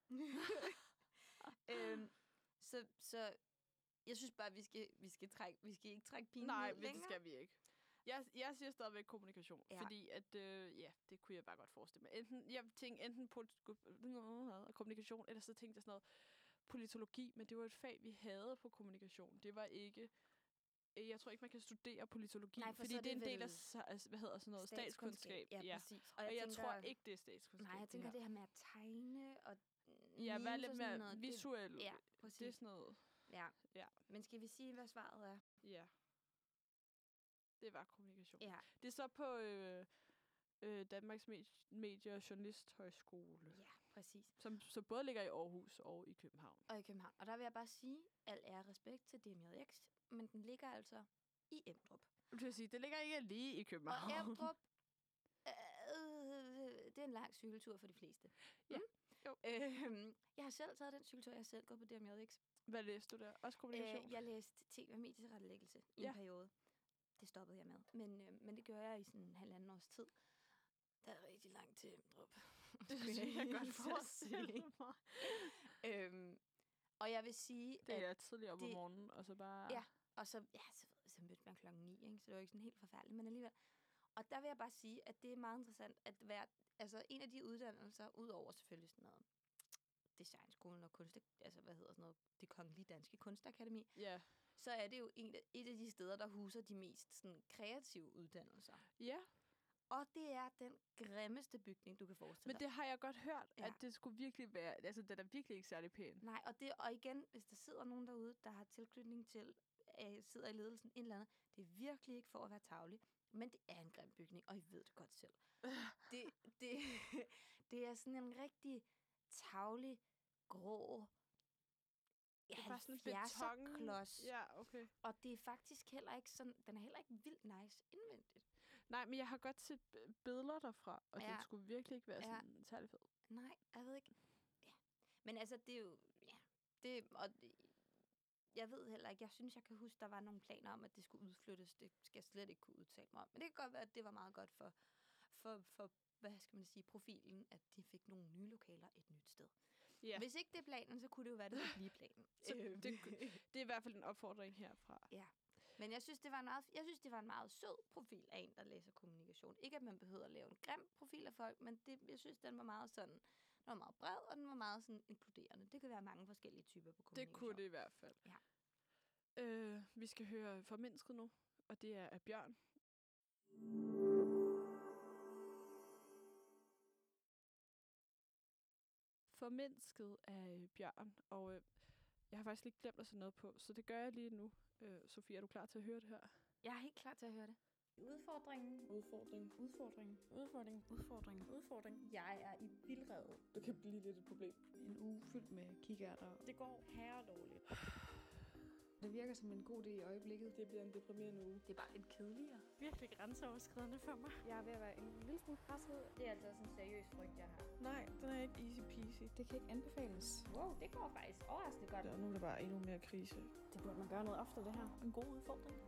Så jeg synes bare, vi skal ikke trække pinen Nej, længere. det skal vi ikke. Jeg siger stadigvæk kommunikation, fordi at, det kunne jeg bare godt forestille mig. Jeg tænkte kommunikation, eller så tænkte jeg sådan noget politologi, men det var et fag, vi havde på kommunikation. Det var ikke... Jeg tror ikke, man kan studere politologi, fordi det er en del af, statskundskab. Ja, præcis. Og jeg tror ikke, det er statskundskab. Nej, jeg tænker det her med at tegne og... Ja, være lidt mere visuelt. Ja, præcis. Det er sådan noget... Ja. Men skal vi sige, hvad svaret er? Ja. Det var kommunikation. Ja. Det er så på Danmarks Medie- og Journalisthøjskole. Ja, præcis. Som så både ligger i Aarhus og i København. Og der vil jeg bare sige, al ære respekt til DMJX, men den ligger altså i Emdrup. Du vil sige, det ligger ikke lige i København. Og Emdrup, det er en lang cykeltur for de fleste. Ja. Jo. Jeg har selv taget den cykeltur, jeg har selv gået på DMJX. Hvad læste du der? Også kommunikation? Jeg læste TV- og medietilrettelæggelse i en periode. Det stoppede jeg med. Men det gør jeg i sådan en 1,5 års tid. Der er rigtig langt til Emdrup. Det kan jeg godt forestille mig. Og jeg vil sige, det er tidligere op om morgenen, og så bare... Ja, og så mødte man 9:00, ikke? Så det var ikke sådan helt forfærdeligt, men alligevel. Og der vil jeg bare sige, at det er meget interessant at være... Altså, en af de uddannelser, udover selvfølgelig sådan noget designskolen og kunst... Altså, Det Kongelige Danske Kunstakademi. Ja. Så er det jo et af de steder, der huser de mest sådan, kreative uddannelser. Ja. Og det er den grimmeste bygning, du kan forestille dig. Men det har jeg godt hørt, at det skulle virkelig være... Altså, den er virkelig ikke særlig pæn. Nej, og igen, hvis der sidder nogen derude, der har tilknytning til, sidder i ledelsen, en eller anden, det er virkelig ikke for at være tarvelig, men det er en grim bygning, og I ved det godt selv. Det er sådan en rigtig tarvelig, grå... Det er bare sådan en betonklods. Ja, okay. Og det er faktisk heller ikke sådan... Den er heller ikke vildt nice indvendigt. Nej, men jeg har godt set billeder derfra, og det skulle virkelig ikke være sådan særlig fed. Nej, jeg ved ikke. Ja. Men altså, det er jo... Ja. Jeg ved heller ikke. Jeg synes, jeg kan huske, der var nogle planer om, at det skulle udflyttes. Det skal jeg slet ikke kunne udtale mig om. Men det kan godt være, at det var meget godt for hvad skal man sige, profilen, at de fik nogle nye lokaler et nyt sted. Ja. Hvis ikke det er planen, så kunne det jo være, det ville blive planen. Det er i hvert fald en opfordring herfra. Ja. Men jeg synes, det var en meget sød profil af en, der læser kommunikation. Ikke, at man behøver at lave en grim profil af folk, men jeg synes, den var meget sådan, den var meget bred, og den var meget sådan inkluderende. Det kan være mange forskellige typer på kommunikation. Det kunne det i hvert fald. Ja. Vi skal høre Formindsket nu, og det er af Bjørn. Formindsket af Bjørn, og Jeg har faktisk lige glemt at sætte noget på, så det gør jeg lige nu. Sofie, er du klar til at høre det her? Jeg er helt klar til at høre det. Udfordring. Jeg er i vildrede. Det kan blive lidt et problem. En uge fyldt med kikærter. Det går herredårligt. Det virker som en god idé i øjeblikket. Det bliver en deprimerende uge. Det er bare lidt kedeligere. Virkelig grænseoverskridende for mig. Jeg er ved at være en lille smule presset. Det er altså også en seriøs frygt, jeg har. Nej, den er ikke easy peasy. Det kan ikke anbefales. Wow, det går faktisk overraskende godt. Og nu er der bare endnu mere krise. Det burde man gøre noget ofte, det her. En god udfordring.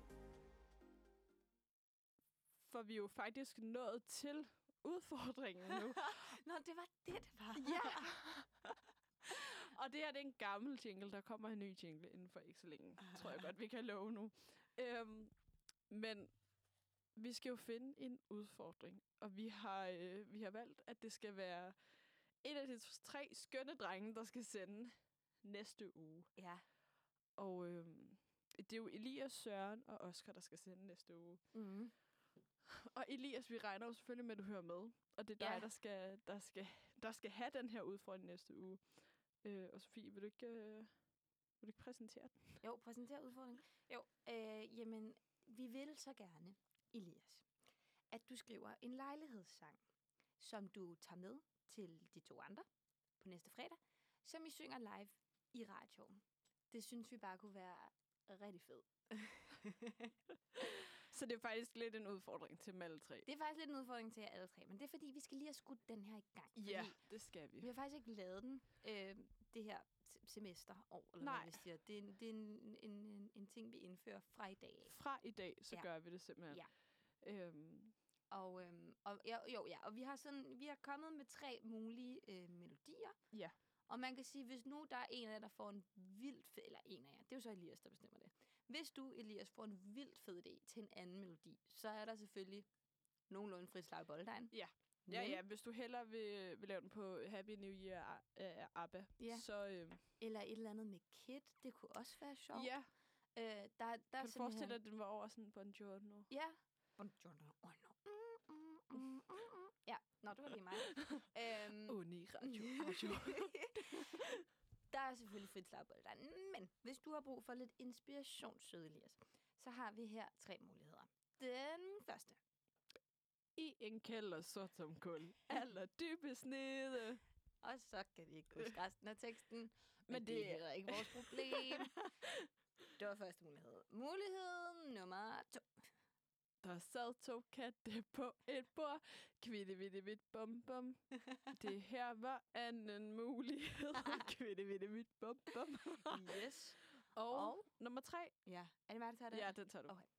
For vi er jo faktisk nået til udfordringen nu. Nå, det var det var. Ja! Og det her, det er en gammel jingle. Der kommer en ny jingle inden for ikke så længe. Tror jeg godt, vi kan love nu. Men vi skal jo finde en udfordring. Og vi har valgt, at det skal være en af de 3 skønne drenge, der skal sende næste uge. Ja. Og det er jo Elias, Søren og Oscar, der skal sende næste uge. Mm. Og Elias, vi regner jo selvfølgelig med, at du hører med. Og det er dig, der skal have den her udfordring næste uge. Og Sofie, vil du ikke præsentere den? Jo, præsentere udfordringen. Jo, jamen, vi vil så gerne, Elias, at du skriver en lejlighedssang, som du tager med til de 2 andre på næste fredag, som I synger live i radioen. Det synes vi bare kunne være rigtig fedt. Så det er faktisk lidt en udfordring til dem alle 3. Det er faktisk lidt en udfordring til jer alle 3, men det er fordi, vi skal lige have skudt den her i gang. Ja, det skal vi. Vi har faktisk ikke lavet den det her semesterår, eller Nej. hvad vi siger. Det er en ting, vi indfører fra i dag af. Fra i dag, så gør vi det simpelthen. Ja. Og vi har kommet med 3 mulige melodier. Ja. Og man kan sige, hvis nu der er en af jer, der får en vildt fed, eller en af jer, det er jo så Elias, der bestemmer det. Hvis du, Elias, får en vildt fed idé til en anden melodi, så er der selvfølgelig nogenlunde frit slag i bolledejen. Ja. Ja, hvis du hellere vil lave den på Happy New Year ABBA, så... Eller et eller andet med Kid, det kunne også være sjovt. Ja. Kan du forestille dig, at den var over sådan Buongiorno? Ja. Buongiorno. Ja, det var lige mig. Uni radio. Der er selvfølgelig frit slag på bolledejen. Men hvis du har brug for lidt inspiration, søde Elias, så har vi her 3 muligheder. Den første. I en kælder sort som kul, allerdybest nede. Og så kan vi ikke huske resten af teksten. Men det er heller ikke vores problem. Det var første mulighed. Mulighed nummer 2. Der sad 2 katte på et bord. Kvitte, bum, bum. Det her var anden mulighed. Kvitte, bum, bum. Yes. Og nummer 3. Ja. Er det mig, der tager den? Ja, den tager du. Okay.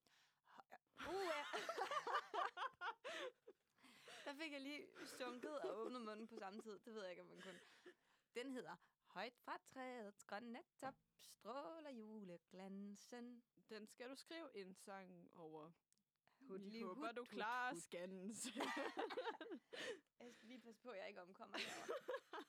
Der fik jeg lige sunket og åbnet munden på samme tid. Det ved jeg ikke, om man kunne. Den hedder Højt fra træets grønne top stråler juleglansen. Den skal du skrive en sang over. Vi håber, du klarer skans. Jeg skal lige passe på, at jeg ikke omkommer herovre.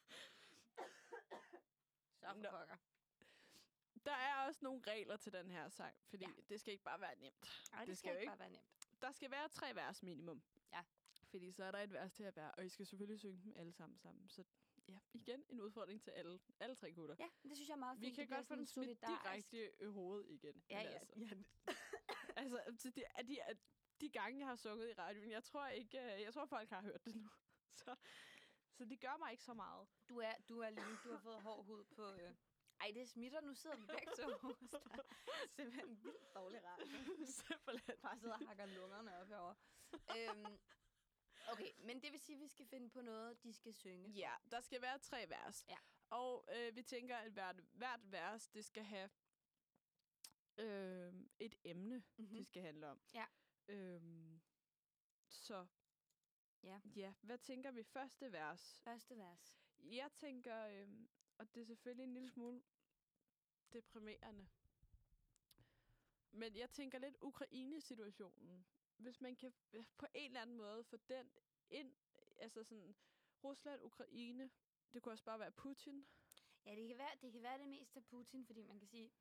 Så for pokker. Der er også nogle regler til den her sang, fordi det skal ikke bare være nemt. Nej, det skal ikke bare være nemt. Der skal være 3 vers minimum. Ja. Fordi så er der et vers til at være, og I skal selvfølgelig synge dem alle sammen. Så ja, igen en udfordring til alle 3 gutter. Ja, det synes jeg er meget fint. Vi kan godt få den smidt direkte i hovedet igen. Ja. Altså, de gange, jeg har sunget i radioen, jeg tror folk har hørt det nu. Så det gør mig ikke så meget. Du har fået hård hud på... Ej, det smitter. Nu sidder vi begge to. Simpelthen vildt dårlig radio. Simpelthen. Bare sidder og hakker lungerne op herovre. Okay, men det vil sige, at vi skal finde på noget, de skal synge. Ja, der skal være 3 vers. Ja. Og vi tænker, at hvert vers, det skal have et emne, det skal handle om. Ja. Så ja, hvad tænker vi? Første vers. Første vers. Jeg tænker, og det er selvfølgelig en lille smule deprimerende, men jeg tænker lidt Ukraine-situationen. Hvis man kan på en eller anden måde få den ind, altså sådan Rusland, Ukraine, det kunne også bare være Putin. Ja, det kan være det meste af Putin, fordi man kan sige,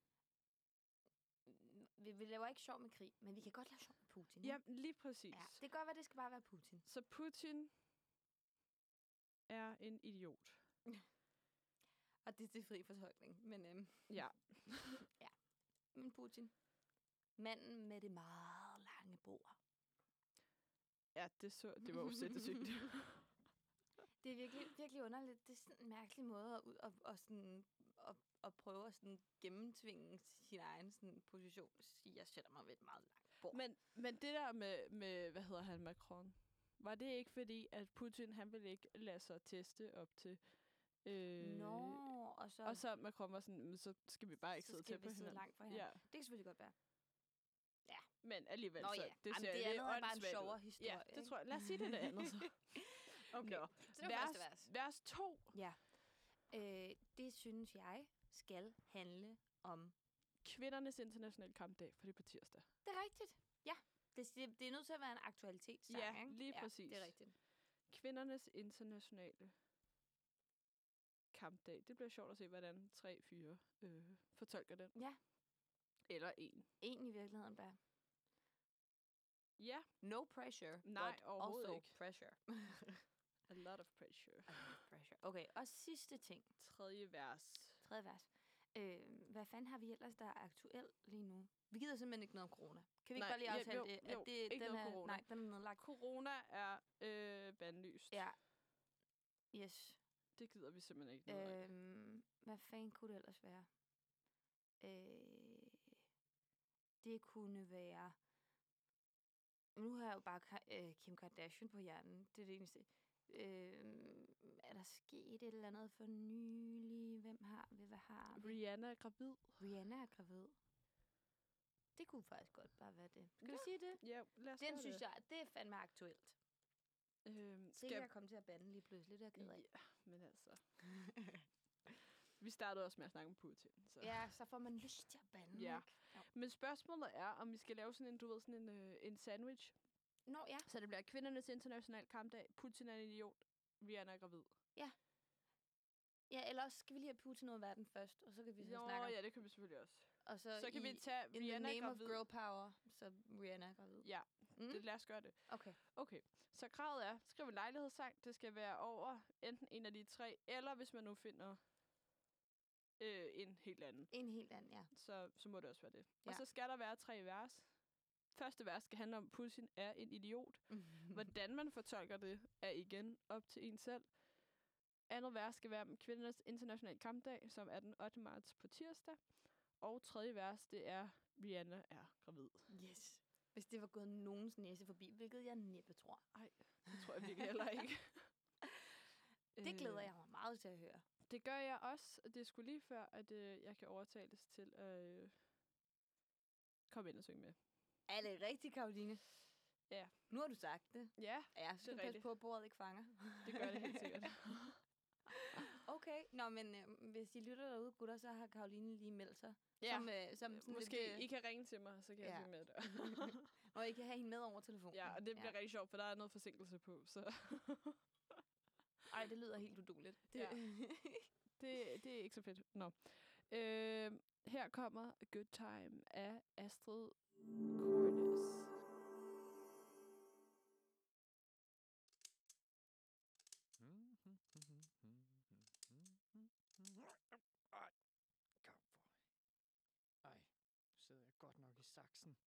vi laver ikke sjov med krig, men vi kan godt lave sjov med Putin. Ja, lige præcis. Ja, det kan godt være, det skal bare være Putin. Så Putin er en idiot. Og det er til fri fortolkning. Men, Ja. men Putin. Manden med det meget lange bord. Ja, det var jo sindssygt. Det er virkelig, virkelig underligt. Det er sådan en mærkelig måde at prøve at sådan gennemtvinge sin egen sådan position. Sige, jeg sætter mig ved et meget langt bord. Men det der med, hvad hedder han, Macron, var det ikke fordi, at Putin, han ville ikke lade sig teste op til... og så Macron var sådan, så skal vi bare ikke sidde tæt på hinanden. Langt fra hinanden. Ja. Det kan selvfølgelig godt være. Ja. Men alligevel, Nå, så ja. det ser det lidt andet er bare en åndssvagt sjovere ud. historie. Ja, det tror jeg. Lad os sige det andet så. Okay, Nå. så det var første vers. Vers 2. Ja. Det synes jeg skal handle om... Kvindernes internationale kampdag, for det er på tirsdag. Det er rigtigt. Ja. Det er nødt til at være en aktualitetssang, Ja, ikke? lige præcis. Det er rigtigt. Kvindernes internationale kampdag. Det bliver sjovt at se, hvordan 3 fyre fortolker den. Ja. Eller en. En i virkeligheden bare. Ja. No pressure. Nej, but overhovedet also ikke. pressure. A lot of pressure. Okay, og sidste ting. Tredje vers. Tredje vers. Hvad fanden har vi ellers, der er aktuelt lige nu? Vi gider simpelthen ikke noget om corona. Kan vi ikke bare lige aftale det? Jo, ikke noget corona. Nej, den er nedlagt. Corona er bandlyst. Ja. Yes. Det gider vi simpelthen ikke noget af. Hvad fanden kunne det ellers være? Det kunne være... Nu har jeg jo bare Kim Kardashian på hjernen. Det er det eneste. Er der sket et eller andet for nylig? Hvad har vi? Rihanna er gravid. Rihanna er gravid. Det kunne faktisk godt bare være det. Skal vi sige det? Ja, lad os Den synes jeg, det er fandme aktuelt. Det Skal kan jeg komme til at bande lige pludselig. Det er ked af. Ja, men altså... Vi startede også med at snakke om Putin. Så. Ja, så får man lyst til at bande. Ja. Ikke? Men spørgsmålet er, om vi skal lave sådan en, du ved, sådan en sandwich. Nå, ja. Så det bliver kvindernes internationale kampdag. Putin er en idiot. Rihanna er gravid. Ja. Ja, ellers skal vi lige have Putin ud af verden først, og så kan vi så snakke om. Ja, det kan vi selvfølgelig også. Og så kan vi tage Rihanna in the name gravid. of girl power, så Rihanna er gravid. Ja, lad os gøre det. Okay. Så kravet er, skriv en lejlighedssang. Det skal være over enten en af de 3, eller hvis man nu finder en helt anden. En helt anden, ja. Så må det også være det. Ja. Og så skal der være 3 vers. Første vers skal handle om, at Putin er en idiot. Hvordan man fortolker det, er igen op til en selv. Andet vers skal være om kvindernes internationale kampdag, som er den 8. marts på tirsdag. Og tredje vers, det er, Rihanna er gravid. Yes. Hvis det var gået nogens næse forbi, hvilket jeg næppe tror. Nej, det tror jeg virkelig heller ikke. Det glæder jeg mig meget til at høre. Det gør jeg også. Det er sgu lige før, at jeg kan overtales til at komme ind og synge med. Er det rigtigt, Karoline? Ja. Nu har du sagt det. Ja, så skal du passe på, at bordet ikke fanger. Det gør det helt sikkert. Okay. Nå, men hvis I lytter derude, gutter, så har Karoline lige meldt sig. Ja, som sådan måske lidt, I kan ringe til mig, så kan jeg synge med der. Og I kan have hende med over telefonen. Ja, og det bliver rigtig sjovt, for der er noget forsinkelse på, så... Ej, det lyder helt udueligt. Det er ikke så fedt. Nå. Her kommer A Good Time af Astrid Kornes. Ej, nu sidder jeg godt nok i saksen.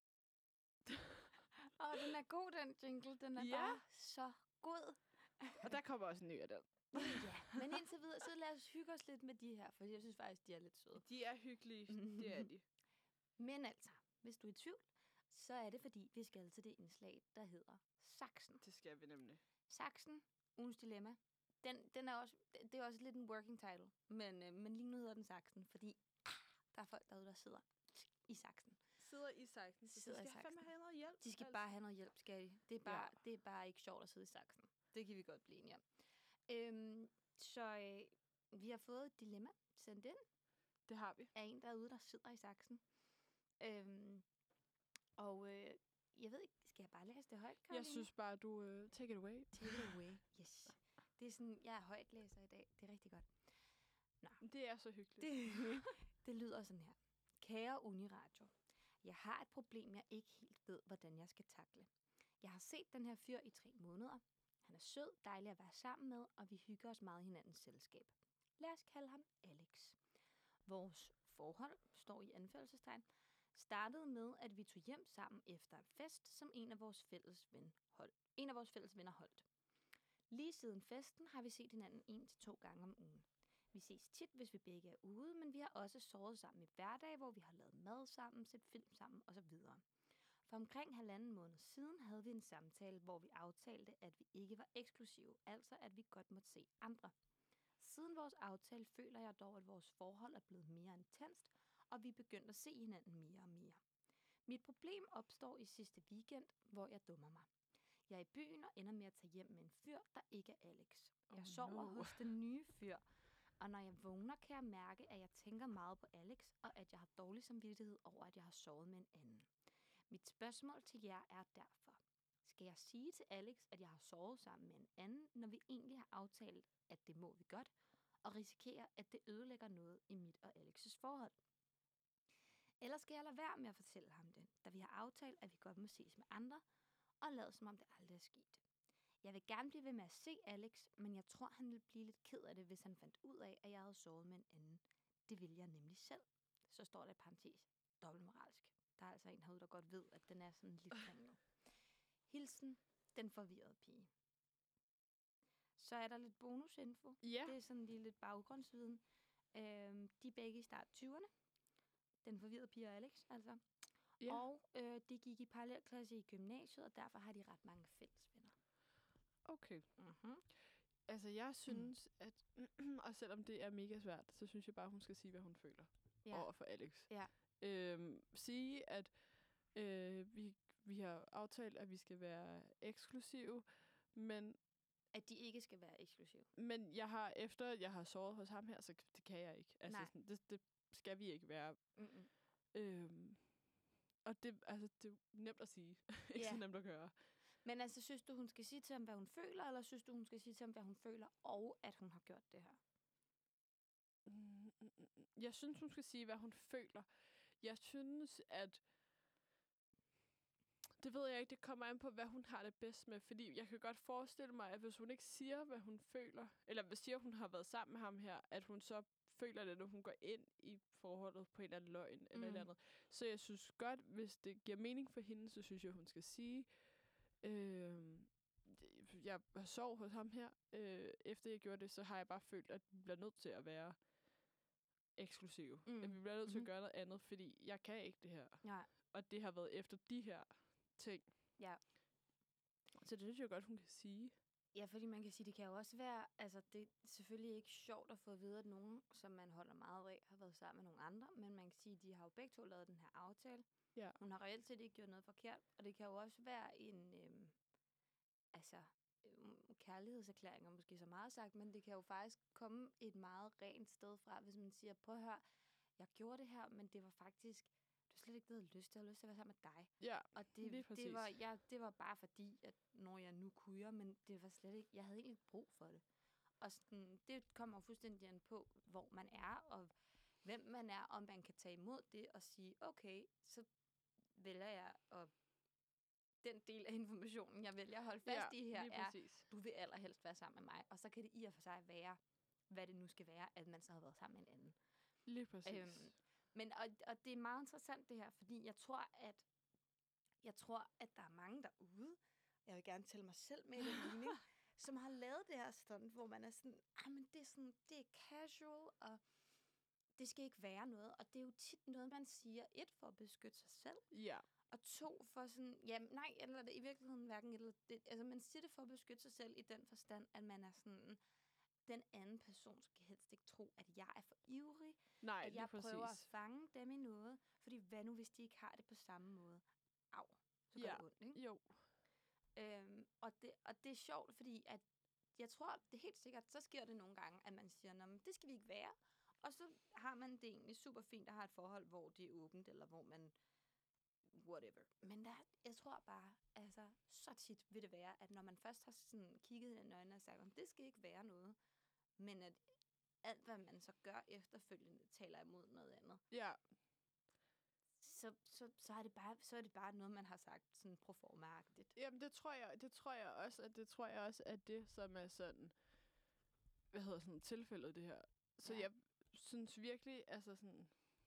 Den er god, den jingle. Den er bare så god. Og der kommer også en ny af den. Ja, men indtil videre, så lad os hygge os lidt med de her, for jeg synes faktisk, de er lidt søde. De er hyggelige, det er de. Men altså, hvis du er i tvivl, så er det fordi, vi skal til det indslag, der hedder Saksen. Det skal vi nemlig. Saksen, ugens dilemma. Den er også, det er også lidt en working title, men lige nu hedder den Saksen, fordi der er folk derude, der sidder i saksen. Sidder i saksen. Så de skal fandme have noget hjælp. De skal bare have noget hjælp, skal de. Det er bare ikke sjovt at sidde i saksen. Det kan vi godt blive enige om. Så vi har fået et dilemma sendt ind. Det har vi. Af en derude, der sidder i saksen. Jeg ved ikke, skal jeg bare læse det højt, Karoline? Jeg synes bare, du take it away. Take it away, yes. Det er sådan, jeg er højtlæser i dag. Det er rigtig godt. Nå. Det er så hyggeligt. Det lyder sådan her. Kære Uniradio, jeg har et problem, jeg ikke helt ved, hvordan jeg skal takle. Jeg har set den her fyr i 3 måneder. Han er sød, dejlig at være sammen med, og vi hygger os meget i hinandens selskab. Lad os kalde ham Alex. Vores forhold, står i anførselstegn, startede med, at vi tog hjem sammen efter en fest, som en af vores fælles venner holdt. Lige siden festen har vi set hinanden 1-2 gange om ugen. Vi ses tit, hvis vi begge er ude, men vi har også sovet sammen i hverdag, hvor vi har lavet mad sammen, set film sammen osv. For omkring 1,5 måned siden havde vi en samtale, hvor vi aftalte, at vi ikke var eksklusive, altså at vi godt måtte se andre. Siden vores aftale føler jeg dog, at vores forhold er blevet mere intenst, og vi er begyndt at se hinanden mere og mere. Mit problem opstår i sidste weekend, hvor jeg dummer mig. Jeg er i byen og ender med at tage hjem med en fyr, der ikke er Alex. Jeg sover hos den nye fyr, og når jeg vågner, kan jeg mærke, at jeg tænker meget på Alex, og at jeg har dårlig samvittighed over, at jeg har sovet med en anden. Mit spørgsmål til jer er derfor: skal jeg sige til Alex, at jeg har sovet sammen med en anden, når vi egentlig har aftalt, at det må vi godt, og risikere, at det ødelægger noget i mit og Alex' forhold? Eller skal jeg lade være med at fortælle ham det, da vi har aftalt, at vi godt må ses med andre, og lade som om det aldrig er sket? Jeg vil gerne blive ved med at se Alex, men jeg tror, han ville blive lidt ked af det, hvis han fandt ud af, at jeg havde sovet med en anden. Det ville jeg nemlig selv. Så står der i parentes: dobbeltmoralsk. Der er altså en herude, der godt ved, at den er sådan lidt kringlet. Hilsen, den forvirrede pige. Så er der lidt bonusinfo. Ja. Det er sådan lige lidt baggrundsviden. De er begge i start 20'erne. Den forvirrede pige og Alex, altså. Ja. Og de gik i parallelklasse i gymnasiet, og derfor har de ret mange fælles venner. Okay. Mm-hmm. Altså, jeg synes, at... og selvom det er mega svært, så synes jeg bare, hun skal sige, hvad hun føler over for Alex. Ja. Sige, at vi har aftalt, at vi skal være eksklusive, men... At de ikke skal være eksklusive. Men efter jeg har sovet hos ham her, så det kan jeg ikke. Altså, sådan, det skal vi ikke være. Og det er jo nemt at sige. Ikke så nemt at gøre. Men altså, synes du, hun skal sige til ham, hvad hun føler, eller synes du, hun skal sige til ham, hvad hun føler, og at hun har gjort det her? Jeg synes, hun skal sige, hvad hun føler. Jeg synes, at... Det ved jeg ikke, det kommer an på, hvad hun har det bedst med. Fordi jeg kan godt forestille mig, at hvis hun ikke siger, hvad hun føler, eller hvis siger, at hun har været sammen med ham her, at hun så føler det, når hun går ind i forholdet på en eller anden løgn, eller et eller andet. Så jeg synes godt, hvis det giver mening for hende, så synes jeg, hun skal sige... jeg sov hos ham her. Efter jeg gjorde det, så har jeg bare følt, at vi bliver nødt til at være eksklusive. At vi bliver nødt til at gøre noget andet, fordi jeg kan ikke det her. Nej. Og det har været efter de her ting. Ja. Så det synes jeg godt, hun kan sige. Ja, fordi man kan sige, det kan jo også være, altså det er selvfølgelig ikke sjovt at få at vide, at nogen, som man holder meget af, har været sammen med nogle andre, men man kan sige, de har jo begge to lavet den her aftale. Ja. Hun har reelt set ikke gjort noget forkert, og det kan jo også være en, kærlighedserklæring, og måske så meget sagt, men det kan jo faktisk komme et meget rent sted fra, hvis man siger, prøv at høre, jeg gjorde det her, men det var faktisk, du har slet ikke lyst til, jeg har lyst til at være sammen med dig. Ja, og det var bare fordi, at når jeg nu kunne, men det var slet ikke, jeg havde egentlig brug for det. Og sådan, det kommer jo fuldstændig an på, hvor man er, og hvem man er, om man kan tage imod det og sige, okay, så vælger jeg at den del af informationen, jeg vælger at holde fast i her, er, du vil allerhelst være sammen med mig. Og så kan det i og for sig være, hvad det nu skal være, at man så har været sammen med en anden. Lige præcis. Og det er meget interessant det her, fordi jeg tror, at der er mange derude, jeg vil gerne tælle mig selv med i den ligning, som har lavet det her stunt, hvor man er sådan, men det er casual, og det skal ikke være noget. Og det er jo tit noget, man siger, 1, for at beskytte sig selv. Ja. Og 2, for sådan, eller det i virkeligheden hverken eller det. Altså, man siger det for at beskytte sig selv i den forstand, at man er sådan, den anden person skal helst ikke tro, at jeg er for ivrig. Nej, at jeg prøver at fange dem i noget. Fordi hvad nu, hvis de ikke har det på samme måde? Au, så gør det ondt, ikke? Jo. Og det er sjovt, fordi at jeg tror, det er helt sikkert, så sker det nogle gange, at man siger, men det skal vi ikke være. Og så har man det egentlig super fint at have et forhold, hvor det er åbent, eller hvor man whatever. Men jeg tror bare, altså, så tit vil det være, at når man først har sådan kigget i den øjne og sagt, det skal ikke være noget, men at alt, hvad man så gør efterfølgende, taler imod noget andet. Ja. Så er det bare noget, man har sagt sådan proforma-agtigt. Jamen, det tror jeg også, at det som er sådan, tilfældet det her. Så jeg synes virkelig, altså sådan,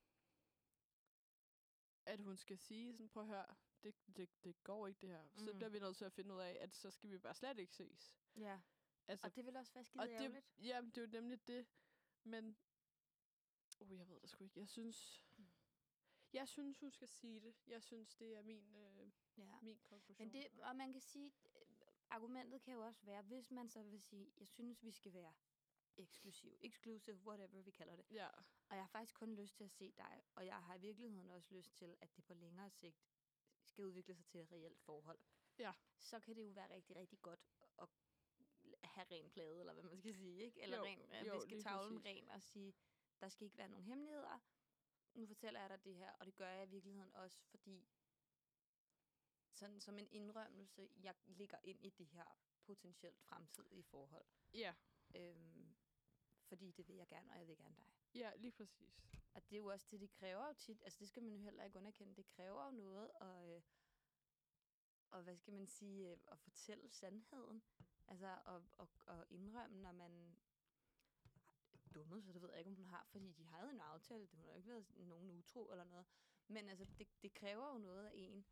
at hun skal sige sådan, prøv at høre, det går ikke det her. Så bliver vi nødt til at finde ud af, at så skal vi bare slet ikke ses. Ja. Altså, og det vil også være skide ærgerligt. Ja, det er jo nemlig det. Men, jeg ved det sgu ikke. Jeg synes, hun skal sige det. Jeg synes, det er min konklusion. Men og man kan sige, argumentet kan jo også være, hvis man så vil sige, jeg synes, vi skal være exclusive, whatever vi kalder det. Ja. Og jeg har faktisk kun lyst til at se dig, og jeg har i virkeligheden også lyst til, at det på længere sigt skal udvikle sig til et reelt forhold. Ja. Så kan det jo være rigtig, rigtig godt at have ren plade, eller hvad man skal sige, ikke? Eller viske tavlen ren og sige, der skal ikke være nogen hemmeligheder. Nu fortæller jeg dig det her, og det gør jeg i virkeligheden også, fordi sådan som en indrømmelse, jeg ligger ind i det her potentielt fremtidige forhold. Ja. Fordi det vil jeg gerne, og jeg vil gerne dig. Ja, lige præcis. Og det er jo også det kræver jo tit, altså det skal man jo heller ikke underkende, det kræver jo noget og hvad skal man sige, at fortælle sandheden. Altså at indrømme, når man dummet, så det ved jeg ikke, om hun har, fordi de havde en aftale, det har jo ikke været nogen utro eller noget. Men altså, det kræver jo noget af en.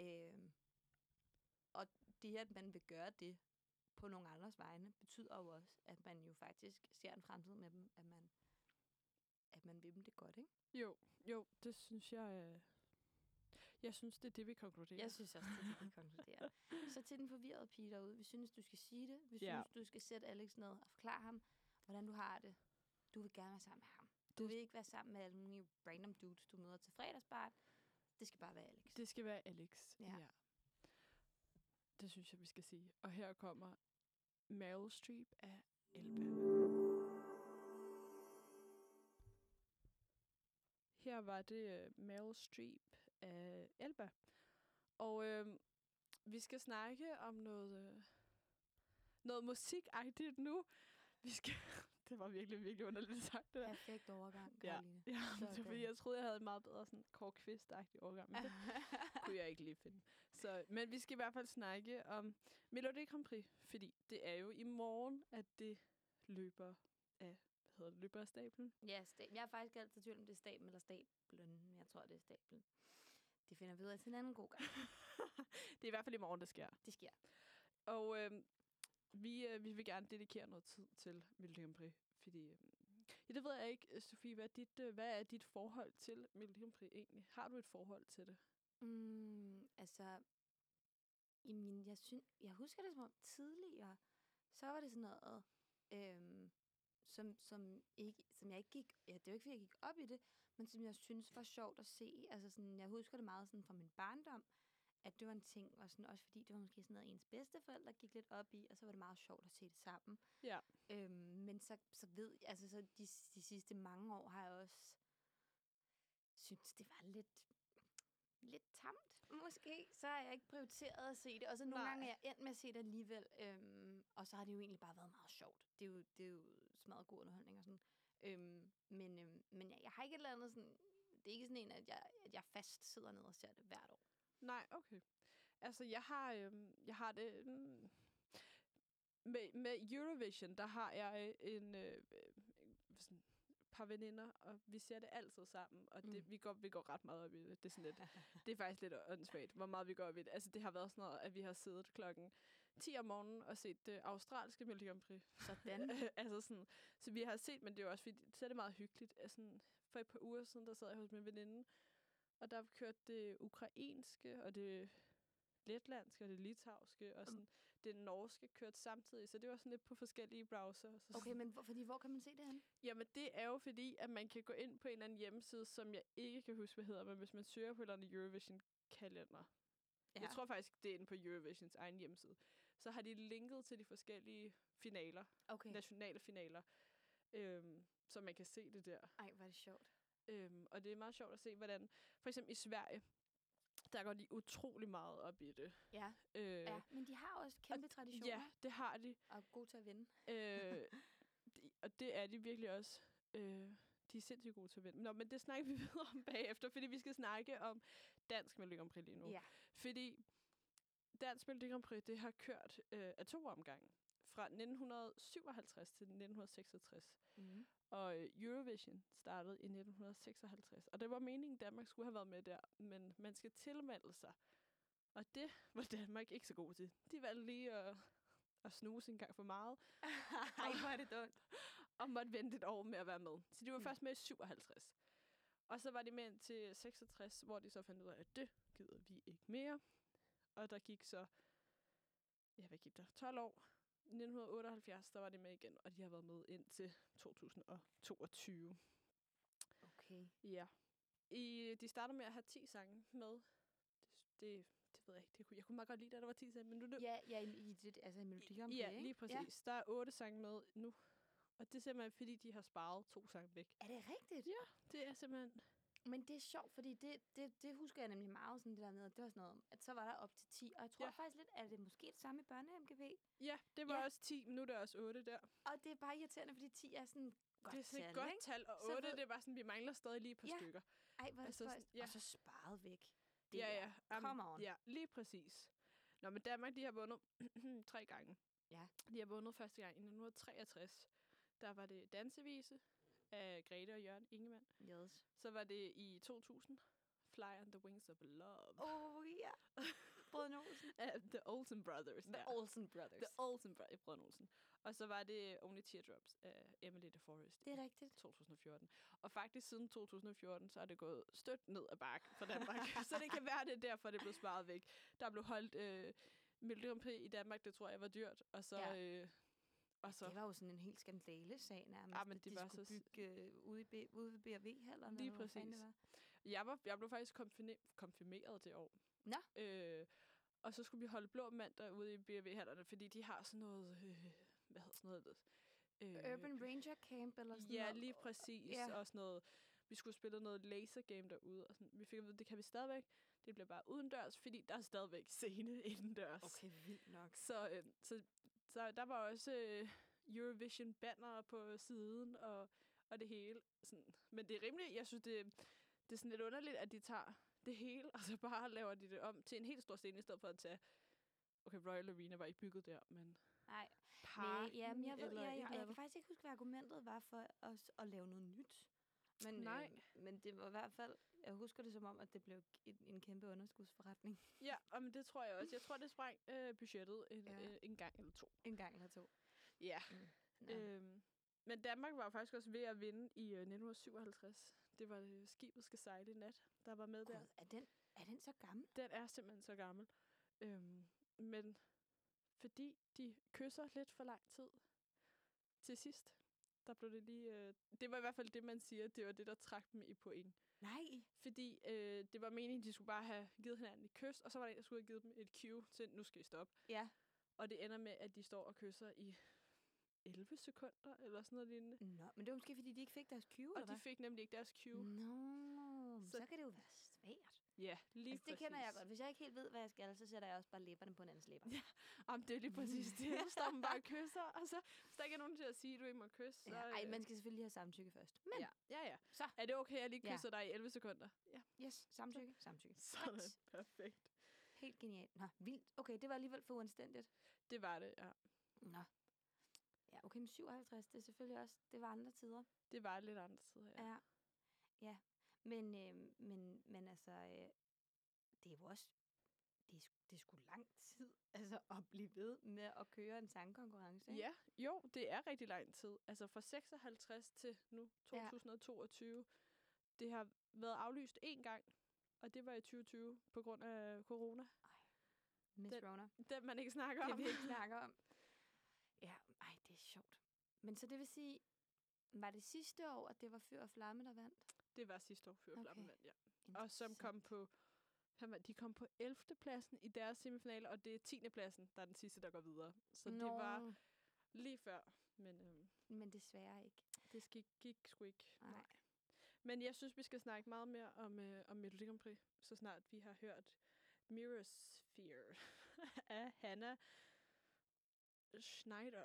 Og det, at man vil gøre det på nogle andres vegne, betyder jo også, at man jo faktisk ser en fremtid med dem, at man vil dem det godt, ikke? Jo, det synes jeg... Jeg synes, det er det, vi konkluderer. Jeg synes også, det er det, vi konkluderer. Så til den forvirrede pige derude. Vi synes, du skal sige det. Vi synes, du skal sætte Alex ned og forklare ham, hvordan du har det. Du vil gerne være sammen med ham. Du vil ikke være sammen med alle mulige random dudes, du møder til fredagsbar. Det skal bare være Alex. Det skal være Alex, ja. Det synes jeg, vi skal sige. Og her kommer Meryl Streep af Elba. Her var det Meryl Streep af Elba. Og vi skal snakke om noget musikagtigt nu. Det var virkelig, virkelig underligt sagt, det der. Perfekt overgang, Karoline. Ja, det er fordi, jeg troede, jeg havde en meget bedre sådan Kåre Kvist-agtig overgang, men det kunne jeg ikke lige finde. Men vi skal i hvert fald snakke om Melodi Grand Prix, fordi det er jo i morgen, at det løber af, løber af stablen? Ja, jeg er faktisk altid i tvivl, om det er stablen eller stablen. Jeg tror, det er stablen. Det finder vi ud af til en anden god gang. Det er i hvert fald i morgen, det sker. Det sker. Og vi vil gerne dedikere noget tid til Melodi Grand Prix, fordi... det ved jeg ikke, Sofie. Hvad er dit forhold til Melodi Grand Prix egentlig? Har du et forhold til det? Jeg husker det som om tidligere, så var det sådan noget, som jeg ikke gik... Ja, det var ikke, fordi jeg gik op i det, men som jeg synes var sjovt at se. Altså sådan, jeg husker det meget sådan fra min barndom, at det var en ting, og sådan, også fordi det var måske sådan noget, ens bedsteforældre gik lidt op i, og så var det meget sjovt at se det sammen. Ja. Men så ved jeg, altså så de sidste mange år har jeg også synes det var lidt tamt, måske. Så har jeg ikke prioriteret at se det, og så nogle gange er jeg endt med at se det alligevel, og så har det jo egentlig bare været meget sjovt. Det er jo smadret god underholdning og sådan. Men jeg har ikke et eller andet sådan, det er ikke sådan en, at jeg fast sidder ned og ser det hvert år. Nej, okay. Altså, jeg har det... Med Eurovision, der har jeg sådan par veninder, og vi ser det altid sammen, og vi går ret meget op i det. Det er sådan lidt, det er faktisk lidt åndssvagt, hvor meget vi går op i det. Altså, det har været sådan noget, at vi har siddet klokken 10 om morgenen og set det australske Melodi Grand Prix. Sådan. Altså sådan, så vi har set, men det er jo også fordi, så er det meget hyggeligt. Altså, for et par uger siden, der sad jeg hos min veninde, og der kørte det ukrainske, og det letlandske, og det litauiske, og sådan det norske kørte samtidig. Så det var sådan lidt på forskellige browser. Okay, men hvor kan man se det henne? Jamen, det er jo fordi, at man kan gå ind på en eller anden hjemmeside, som jeg ikke kan huske, hvad hedder, men hvis man søger på en eller anden Eurovision-kalender. Ja. Jeg tror faktisk, det er inde på Eurovisions egen hjemmeside. Så har de linket til de forskellige finaler. Okay. Nationale finaler. Så man kan se det der. Ej, hvor er det sjovt. Og det er meget sjovt at se, hvordan... For eksempel i Sverige, der går de utrolig meget op i det. Ja, men de har også kæmpe traditioner. Ja, det har de. Og er gode til at vinde. Og det er de virkelig også. De er sindssygt gode til at vinde. Nå, men det snakker vi videre om bagefter, fordi vi skal snakke om Dansk Melodi Grand Prix lige nu. Ja. Fordi Dansk Melodi Grand Prix, det har kørt af 2 omgange. fra 1957 til 1966. Mm. Og Eurovision startede i 1956. Og det var meningen, at Danmark skulle have været med der. Men man skal tilmelde sig. Og det var Danmark ikke så god til. De valgte lige at snuse en gang for meget. Ej, hvor er det dumt. Og måtte vente et år med at være med. Så de var først med i 57. Og så var de med til 66, hvor de så fandt ud af, at det gider vi ikke mere. Og der gik så, hvad gik der? 12 år. I 1978, der var de med igen, og de har været med indtil 2022. Okay. Ja. De starter med at have 10 sange med. Det ved jeg ikke. Jeg kunne meget godt lide, at der var 10 sange. Men Ja, i Melodi Grand Prix, ja, lige præcis. Ja. Der er 8 sange med nu. Og det er simpelthen, fordi de har sparet 2 sange væk. Er det rigtigt? Ja, det er simpelthen... Men det er sjovt, fordi det husker jeg nemlig meget sådan det der med, at det var sådan noget, at så var der op til 10. Og jeg tror faktisk lidt, at det måske det samme i børne-MGP. Ja, det var også 10, men nu er det også 8 der. Og det er bare irriterende, fordi 10 er sådan godt det er sådan tal, et godt ikke? tal, og 8, det er bare sådan, vi mangler stadig lige et par stykker. Ej, hvor er det altså, og så sparet væk. Det ja. Come on. Ja, lige præcis. Nå, men Danmark, de har vundet 3 gange. Ja. De har vundet første gang i 1963. Der var det Dansevise af Grete og Jørgen Ingemann. Yes. Så var det i 2000, Fly on the Wings of Love. Ja. Brødrene Olsen. The Olsen Brothers. The Olsen Brothers. The Olsen Brothers. Brødrene Olsen. Og så var det Only Teardrops af Emily DeForest. Det er rigtigt. 2014. Og faktisk siden 2014, så er det gået stødt ned ad bakken for Danmark. Så det kan være, det er derfor, det blev sparet væk. Der blev holdt Melodi Grand Prix i Danmark, det tror jeg var dyrt. Og så... Ja. Og så, det var jo sådan en helt skandale-sag nærmest. Ja, men det var skulle så bygge ude ved B&V-hallerne. Lige præcis. Jeg blev faktisk konfirmeret det år. Nå. Og så skulle vi holde blå mandag ude i B&V-hallerne, fordi de har sådan noget... hvad hedder sådan noget? Urban Ranger Camp eller sådan noget. Ja, lige præcis. Ja. Og sådan noget... Vi skulle spille noget lasergame derude, og sådan. Vi fik at vide, det kan vi stadigvæk. Det bliver bare udendørs, fordi der er stadigvæk scene indendørs. Okay, vildt nok. Så der var også Eurovision-banner på siden, og det hele. Sådan. Men det er rimeligt, jeg synes, det er sådan lidt underligt, at de tager det hele, og så bare laver de det om til en helt stor scene, i stedet for at tage... Okay, Royal Arena var ikke bygget der, men... Nej. Parken, men jeg kan faktisk ikke huske, hvad argumentet var for os at lave noget nyt. Men, men det var i hvert fald... Jeg husker det som om, at det blev en kæmpe underskudsforretning. Ja, men det tror jeg også. Jeg tror, det sprang budgettet en gang eller to. En gang eller to. Ja. Men Danmark var faktisk også ved at vinde i 1957. Det var Skibet skal sejle i nat, der var med der. Er den så gammel? Den er simpelthen så gammel. Men fordi de kysser lidt for lang tid til sidst, der blev det lige... det var i hvert fald det, man siger, det var det, der trak dem i point. Nej. Fordi det var meningen, de skulle bare have givet hinanden et kys, og så var der en, der skulle have givet dem et cue til, nu skal I stoppe. Ja. Og det ender med, at de står og kysser i 11 sekunder, eller sådan noget lignende. Nå, men det var måske, fordi de ikke fik deres cue, og de fik nemlig ikke deres cue. Nå, så kan det jo være svært. Ja, lige præcis. Det kender jeg godt. Hvis jeg ikke helt ved, hvad jeg skal, så sætter jeg også bare læberne på en andens læber. Ja, det er lige præcis det. Så står man bare og kysser, og så hvis der ikke er nogen til at sige, at du ikke må kysse. Så, ej, man skal selvfølgelig have samtykke først. Men ja. Så. Er det okay, at jeg lige kysser dig i 11 sekunder? Ja. Yes, samtykke. Sådan, perfekt. Helt genialt. Nå, vildt. Okay, det var alligevel for uanstændigt. Det var det, ja. Nå. Ja, okay, men 57, det er selvfølgelig også, det var andre tider. Det var lidt andre tider, ja. Ja. Men altså, det er jo også, det er sgu lang tid, altså at blive ved med at køre en sangkonkurrence, ikke? Ja, jo, det er rigtig lang tid. Altså fra 56 til nu, 2022. Ja. Det har været aflyst 1 gang, og det var i 2020 på grund af corona. Rona. Den man ikke snakker om. Det vi ikke snakker om. Ja, det er sjovt. Men så det vil sige, var det sidste år, at det var Fyr og Flamme, der vandt? Det var sidste år, Fyr og Flamme vandt, ja. Og som kom på... De kom på 11. pladsen i deres semifinale, og det er 10. pladsen, der er den sidste, der går videre. Så det var lige før. Men desværre ikke. Det gik sgu ikke. Nej. Men jeg synes, vi skal snakke meget mere om Melodi Grand Prix, så snart vi har hørt Mirrorsphere af Hannah Schneider.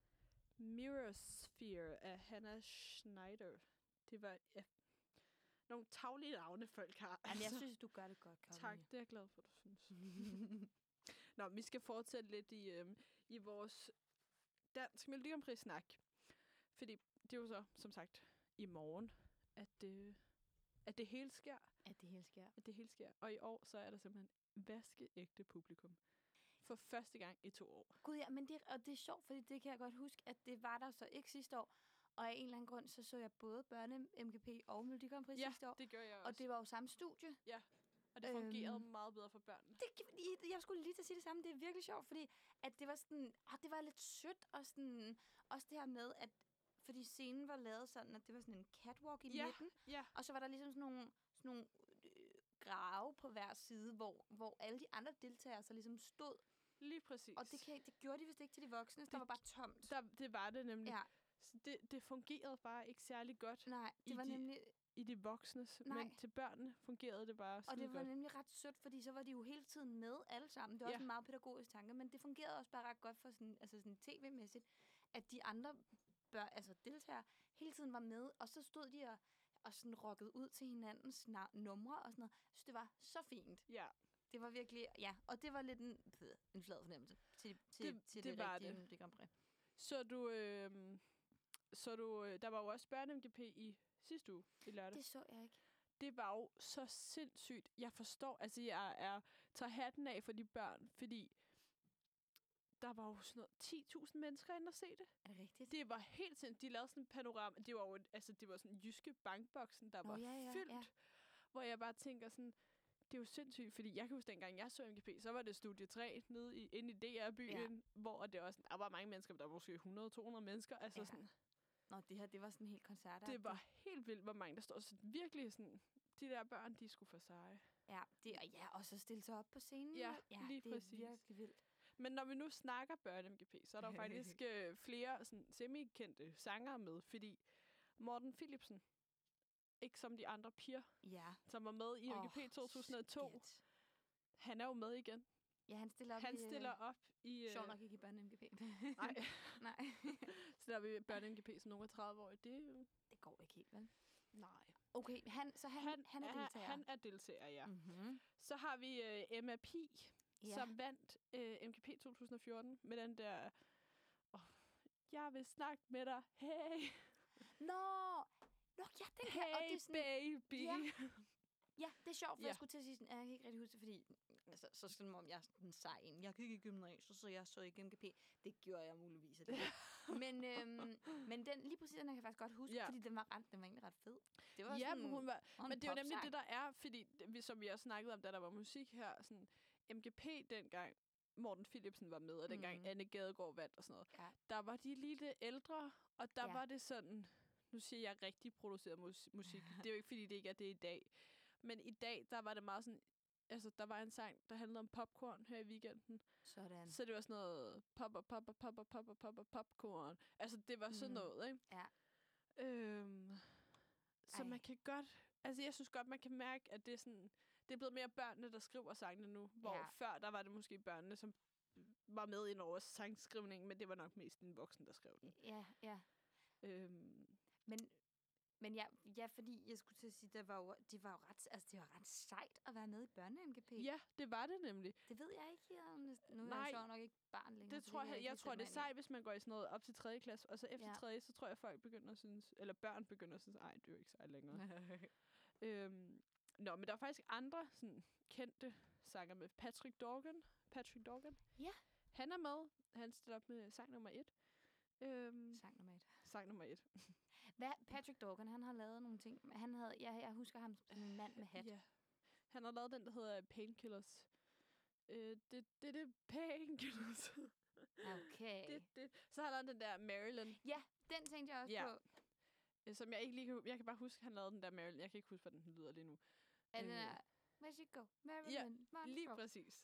Mirrorsphere af Hannah Schneider. Det var, nogle taglige navne, folk har. Jamen, jeg synes, du gør det godt, Karoline. Tak, det er jeg glad for, du synes. Nå, vi skal fortsætte lidt i vores dansk Melodi Grand Prix-snak. Fordi det er jo så, som sagt, i morgen, at det hele sker. At det hele sker. At det hele sker. Og i år, så er der simpelthen vaskeægte publikum. For første gang i 2 år. Gud ja, men det er sjovt, fordi det kan jeg godt huske, at det var der så ikke sidste år. Og af en eller anden grund, så jeg både børne-MGP og Melodi Grand Prix sidste år. det gør jeg også. Og det var jo samme studie. Ja, og det fungerede meget bedre for børnene. Jeg skulle lige til at sige det samme. Det er virkelig sjovt, fordi at det var sådan, det var lidt sødt, og sådan, også det her med, at fordi scenen var lavet sådan, at det var sådan en catwalk i midten, og så var der ligesom sådan nogle grave på hver side, hvor alle de andre deltagere så ligesom stod. Lige præcis. Og det gjorde de vist ikke til de voksne, der var bare tomt. Det var det nemlig. Ja. Så det fungerede bare ikke særlig godt. Nej, det var nemlig... I de voksnes, men til børnene fungerede det bare skide godt. Og det var nemlig ret sødt, fordi så var de jo hele tiden med alle sammen. Det var også en meget pædagogisk tanke, men det fungerede også bare ret godt for sådan tv-mæssigt, at de andre deltagere hele tiden var med, og så stod de og sådan rockede ud til hinandens numre og sådan noget. Så det var så fint. Ja. Det var virkelig, og det var lidt en flad fornemmelse til det rigtige Melodi Grand Prix. Så der var jo også børne-MGP i sidste uge, i lørdag. Det så jeg ikke. Det var jo så sindssygt. Jeg forstår, altså jeg tager hatten af for de børn, fordi der var jo sådan noget 10.000 mennesker inde og se det. Er det rigtigt? Det var helt sindssygt. De lavede sådan en panorama. Det var jo det var sådan Jyske Bankboksen, der var fyldt. Hvor jeg bare tænker sådan, det er jo sindssygt, fordi jeg kan huske, dengang jeg så MGP, så var det Studie 3 inde i DR-byen, hvor det også, der var mange mennesker, der var måske 100-200 mennesker. Altså sådan. Nå, det var sådan helt koncert. Det var helt vildt, hvor mange der står. Så virkelig sådan, de der børn, de skulle for sig. Ja, og så stille sig op på scenen. Ja, lige det præcis. Er virkelig vildt. Men når vi nu snakker børne-MGP, så er der faktisk flere sådan, semi-kendte sangere med, fordi Morten Philipsen, ikke som de andre piger, som var med i MGP 2002, han er jo med igen. Ja, han stiller op i... Sjovt nok ikke i børne-MGP. Nej. Så der vi børne-MGP som nogen af 30 år. Det går ikke helt, vel? Nej. Okay, han er deltager. Han er deltager, ja. Mm-hmm. Så har vi Emma Pi, som vandt MGP 2014 med den der... jeg vil snakke med dig. Hey. Nå, ja, den hey, her. Og det er sådan, baby. Ja, det er sjovt, for jeg skulle til at sige sådan, jeg kan ikke rigtig huske det, fordi så sådan om jeg er sådan sej en. Jeg gik i gymnasiet, så jeg så ikke MGP. Det gjorde jeg muligvis af det. men den, lige præcis den kan jeg faktisk godt huske, fordi den var egentlig ret fed. Det var sådan, men det er jo nemlig det, der er, fordi som vi også snakkede om, da der var musik her, sådan MGP dengang, Morten Philipsen var med, og dengang Anne Gadegaard vandt og sådan noget. Der var de lige lidt ældre, og der var det sådan, nu siger jeg rigtig produceret musik. Det er jo ikke, fordi det ikke er det i dag. Men i dag, der var det meget sådan, altså der var en sang, der handlede om popcorn her i weekenden. Sådan. Så det var sådan noget popcorn. Altså det var sådan noget, ikke? Ja. Så man kan godt, altså jeg synes godt, man kan mærke, at det er sådan, det er blevet mere børnene, der skriver sangene nu. Hvor før, der var det måske børnene, som var med ind over sangskrivningen, men det var nok mest en voksen, der skrev den. Ja. Men ja, fordi jeg skulle til at sige, det var ret sejt at være med i børne-MGP. Ja, det var det nemlig. Det ved jeg ikke. Nu er jeg nok ikke barn længere. Det tror jeg tror, det er sejt, hvis man går i sådan noget op til 3. klasse. Og så efter 3. så tror jeg, folk begynder at synes, eller børn begynder at synes, ej, det er jo ikke sejt længere. Men der er faktisk andre sådan kendte sanger med. Patrick Dorgan. Ja. Han er med. Han stiller op med sang nummer 1. Sang nummer 1. 1. Patrick Dorgan, han har lavet nogle ting. Jeg husker ham som en mand med hat. Ja. Han har lavet den, der hedder Painkillers. Det Painkillers. Okay. Så har han lavet den der Marilyn. Ja, den tænkte jeg også på. Som jeg ikke lige kan... Jeg kan bare huske, at han lavede den der Marilyn. Jeg kan ikke huske, hvordan den lyder lige nu. Er den der... Where she go? Marilyn. Ja, lige præcis.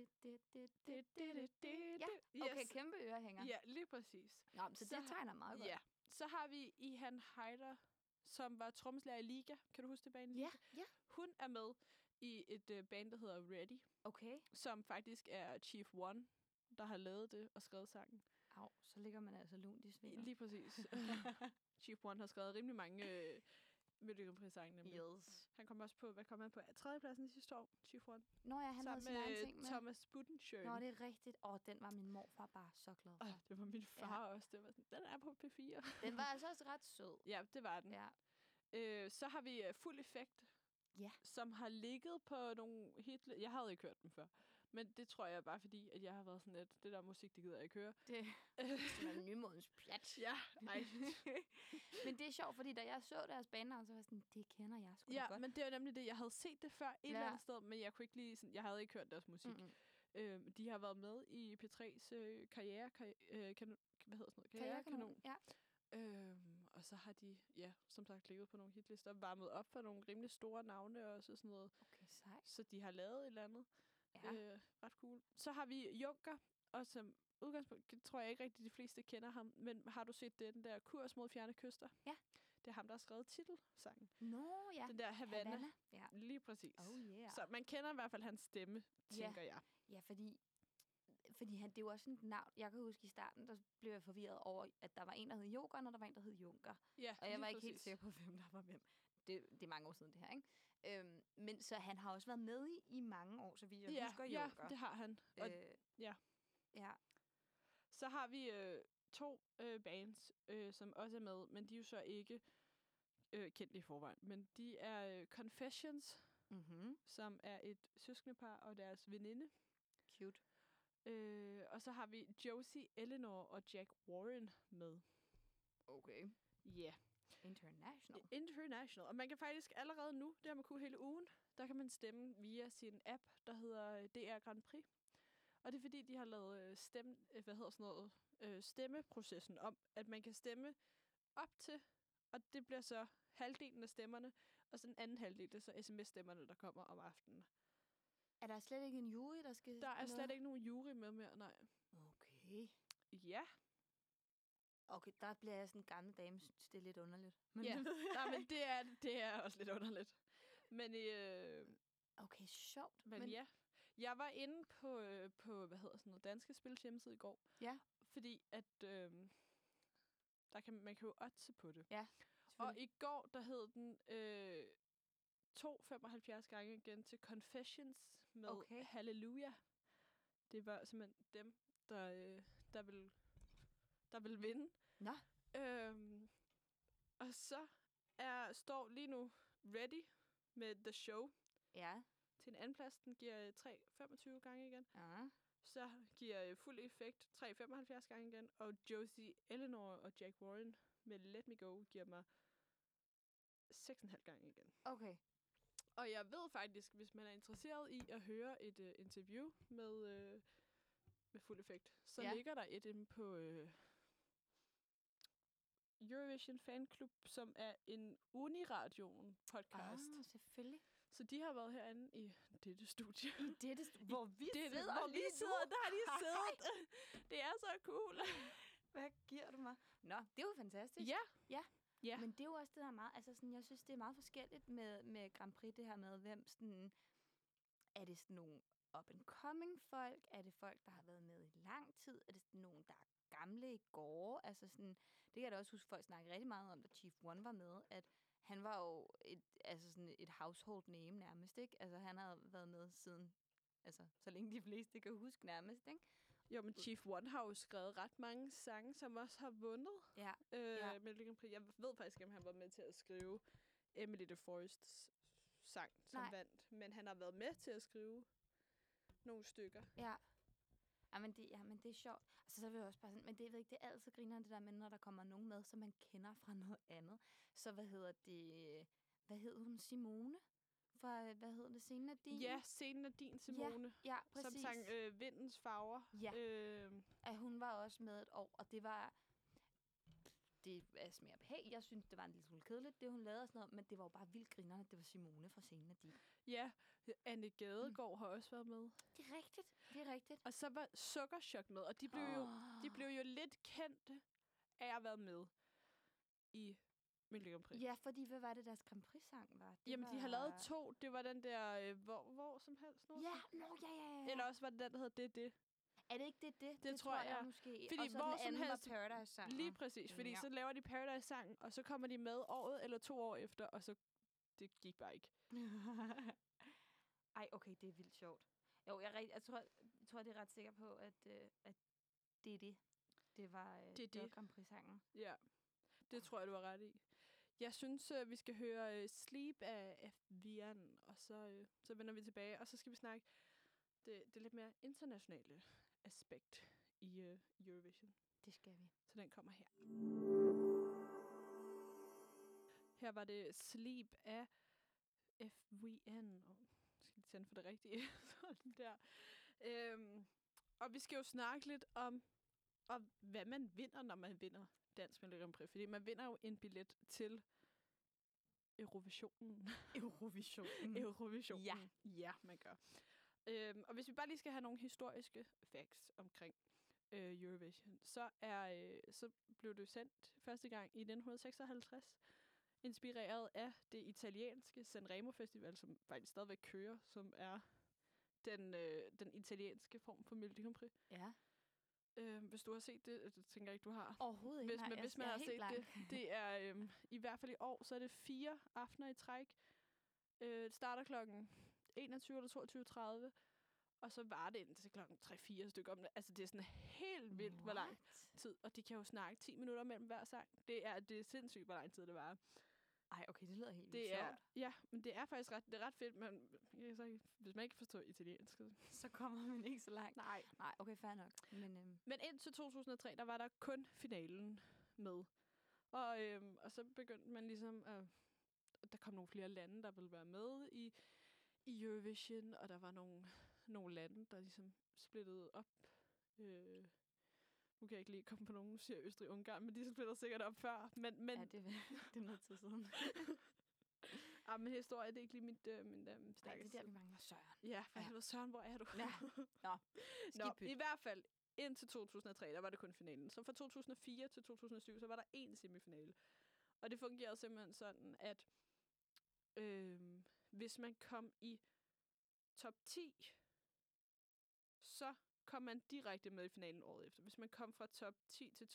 Ja, okay, kæmpe ørehænger. Ja, lige præcis. Nå, så det tegner meget godt. Ja. Så har vi Ihan Heider, som var trommeslager i Liga. Kan du huske det band? Ja. Hun er med i et band, der hedder Ready. Okay. Som faktisk er Chief One, der har lavet det og skrevet sangen. Så ligger man altså lunt i sving. Lige præcis. Chief One har skrevet rimelig mange Melodi Grand Prix-sang nemlig. Yes. Han kom også på, hvad kom han på? 3. pladsen i sidste år, Chief One. Nå ja, han havde sin egen ting med. Thomas Budensjøen. Nå, det er rigtigt. Den var min morfar bare så glad for. Det var min far også. Det var sådan, den er på P4. Den var altså også ret sød. Ja, det var den. Ja. Så har vi Fuld Effekt. Ja. Som har ligget på nogle hit. Jeg havde ikke hørt dem før. Men det tror jeg bare fordi, at jeg har været sådan lidt, det der musik, det gider jeg ikke høre. Det er nymodens pjat. Ja, nej. Men det er sjovt, fordi da jeg så deres bandnavn, så var jeg sådan, det kender jeg sgu ja, godt. men det er jo nemlig det. Jeg havde set det før et eller andet sted, men jeg kunne ikke lige sådan, jeg havde ikke hørt deres musik. De har været med i P3's karriere, hvad hedder sådan noget? Karrierekanon. Ja. Og så har de, som sagt, ligget på nogle hitlister, varmet op for nogle rimelig store navne og sådan noget. Okay, sejt. Så de har lavet et eller andet. Ja. Ret cool. Så har vi Junker, og som udgangspunkt tror jeg ikke rigtig, de fleste kender ham, men har du set den der Kurs mod fjerne kyster? Ja. Det er ham, der har skrevet titelsangen. Nå, ja. Den der Havana. Ja. Lige præcis. Oh, yeah. Så man kender i hvert fald hans stemme, tænker jeg. Ja, fordi han, det er jo også sådan et navn. Jeg kan huske i starten, der blev jeg forvirret over, at der var en, der hed Joker, og der var en, der hed Junker. Ja, og jeg var ikke helt sikker på, hvem der var hvem. Det er mange år siden, det her, ikke? Men så han har også været med i mange år, så vi husker Junker. Ja, det har han. Og, ja. Så har vi 2 bands, som også er med, men de er jo så ikke kendt i forvejen. Men de er Confessions, som er et søskendepar og deres veninde. Cute. Og så har vi Josie Eleanor og Jack Warren med. Okay. Ja. Yeah. International. Og man kan faktisk allerede nu, det har man kunne hele ugen, der kan man stemme via sin app, der hedder DR Grand Prix. Og det er fordi, de har lavet stemmeprocessen om, at man kan stemme op til, og det bliver så halvdelen af stemmerne, og så den anden halvdel, det er så sms-stemmerne, der kommer om aftenen. Er der slet ikke en jury, der skal... Der er slet ikke nogen jury med mere, nej. Okay. Ja. Okay, der bliver jeg sådan en gammel dame, synes det er lidt underligt. Men ja, men det er også lidt underligt. Men okay, sjovt. Men ja, jeg var inde på Danske Spils hjemmeside i går. Ja. Fordi at man kan jo oddse på det. Ja. Og i går der hed den 2,75 gange igen til Confessions med Halleluja. Det var simpelthen dem, der vil vinde. Nå. Og så står lige nu Ready med The Show. Ja. Til en anden plads, den giver 3,25 gange igen. Ja. Så giver Fuld Effekt 3,75 gange igen. Og Josie Eleanor og Jack Warren med Let Me Go giver mig 6,5 gange igen. Okay. Og jeg ved faktisk, hvis man er interesseret i at høre et interview med Fuld Effekt, så ligger der et inde på Eurovision Fanclub, som er en Uniradioen-podcast. Selvfølgelig. Så de har været herinde i dette studie. Hvor vi sidder der har de siddet. Det er så cool. Hvad giver du mig? Nå, det er jo fantastisk. Ja. Men det er jo også det, der er meget... Altså, sådan, jeg synes, det er meget forskelligt med Grand Prix, det her med, hvem sådan... Er det sådan nogle up-and-coming folk? Er det folk, der har været med i lang tid? Er det sådan nogen, der er gamle i går? Altså sådan... Det kan jeg da også huske, folk snakker rigtig meget om, da Chief One var med, at han var jo et household name nærmest, ikke? Altså, han har været med siden... Altså, så længe de fleste kan huske nærmest, ikke? Jo, men Chief One har jo skrevet ret mange sange, som også har vundet. Ja. Jeg ved faktisk ikke, om han var med til at skrive Emily the Forests sang, som vandt. Men han har været med til at skrive nogle stykker. Ja. Men det er sjovt. Altså, så vil jeg også bare sådan, men det er altid griner det der med, når der kommer nogen med, som man kender fra noget andet. Så hvad hedder hun? Simone? Fra, Scenen af din? Ja, Scenen af din, Simone. Ja, præcis. Som sang Vindens Farver. Ja, at hun var også med et år, og det var... Det smager pænt. Jeg synes, det var en lille smule kedeligt, det hun lavede og sådan noget, men det var jo bare vildt grinerende, det var Simone fra Scenen af din. Ja, Anne Gadegaard har også været med. Det er rigtigt. Og så var Sukkerchok med, og de blev jo lidt kendte af at have været med i Melodi Grand Prix. Ja, fordi hvad var det, deres Grand Prix-sang var? De har lavet 2. Det var den der, hvor som helst nu. Ja, ja. Eller også var det den, der hedder Det. Er det ikke det? Det tror jeg. Måske. Fordi og så hvor den som anden helst, var Paradise-sangen. lige præcis, fordi så laver de Paradise-sangen, og så kommer de med året eller 2 år efter, og så det gik bare ikke. Ej, okay, det er vildt sjovt. Jo, jeg tror, det er ret sikker på, at det er det. Det var Grand Prix-sangen. Ja, det tror jeg, du har ret i. Jeg synes, vi skal høre Sleep af FVN, og så vender vi tilbage, og så skal vi snakke det lidt mere internationale aspekt i Eurovision. Det skal vi. Så den kommer her. Her var det Sleep af FVN. Skal jeg tænde for det rigtige? Sådan der. Og vi skal jo snakke lidt om hvad man vinder, når man vinder Dansk Melodi Grand Prix. Fordi man vinder jo en billet til Eurovisionen. Eurovisionen. Ja, man gør. Og hvis vi bare lige skal have nogle historiske facts omkring Eurovision, så blev det sendt første gang i 1956, inspireret af det italienske Sanremo Festival, som faktisk stadigvæk kører, som er den italienske form for Melodi Grand Prix. Ja. Hvis du har set det tænker jeg ikke, du har. Overhovedet ikke. Hvis man har set det er i hvert fald i år, så er det 4 aftener i træk. Det starter klokken 21 eller 22.30, og så var det indtil klokken 3-4 stykker om det. Altså, det er sådan helt vildt, hvor lang tid. Og de kan jo snakke 10 minutter mellem hver sang. Det er sindssygt, hvor lang tid det var. Ej, okay, det lyder helt vildt sjovt. Ja, men det er faktisk ret fedt. Men hvis man ikke forstår italiensk, så kommer man ikke så langt. Nej, okay, fair nok. Men indtil 2003, der var der kun finalen med. Og så begyndte man ligesom der kom nogle flere lande, der ville være med i Eurovision, og der var nogle lande, der ligesom splittede op. Nu kan jeg ikke lige komme på nogen, siger Østrig-Ungarn, men de splittede sikkert op før. Men ja, det er noget tid siden. Men historie, det er ikke lige min stærkeste. Nej, det er der, vi mangler Søren. Ja, for helvede, Søren, hvor er du? Ja. Nå, i hvert fald, indtil 2003, der var det kun finalen. Så fra 2004 til 2007, så var der 1 semifinale. Og det fungerede simpelthen sådan, at hvis man kom i top 10, så kom man direkte med i finalen året efter. Hvis man kom fra top 10 til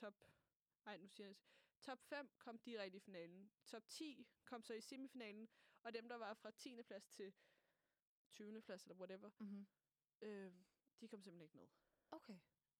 top 5 kom direkte i finalen. Top 10 kom så i semifinalen, og dem, der var fra 10. plads til 20. plads, eller whatever, de kom simpelthen ikke med. Okay.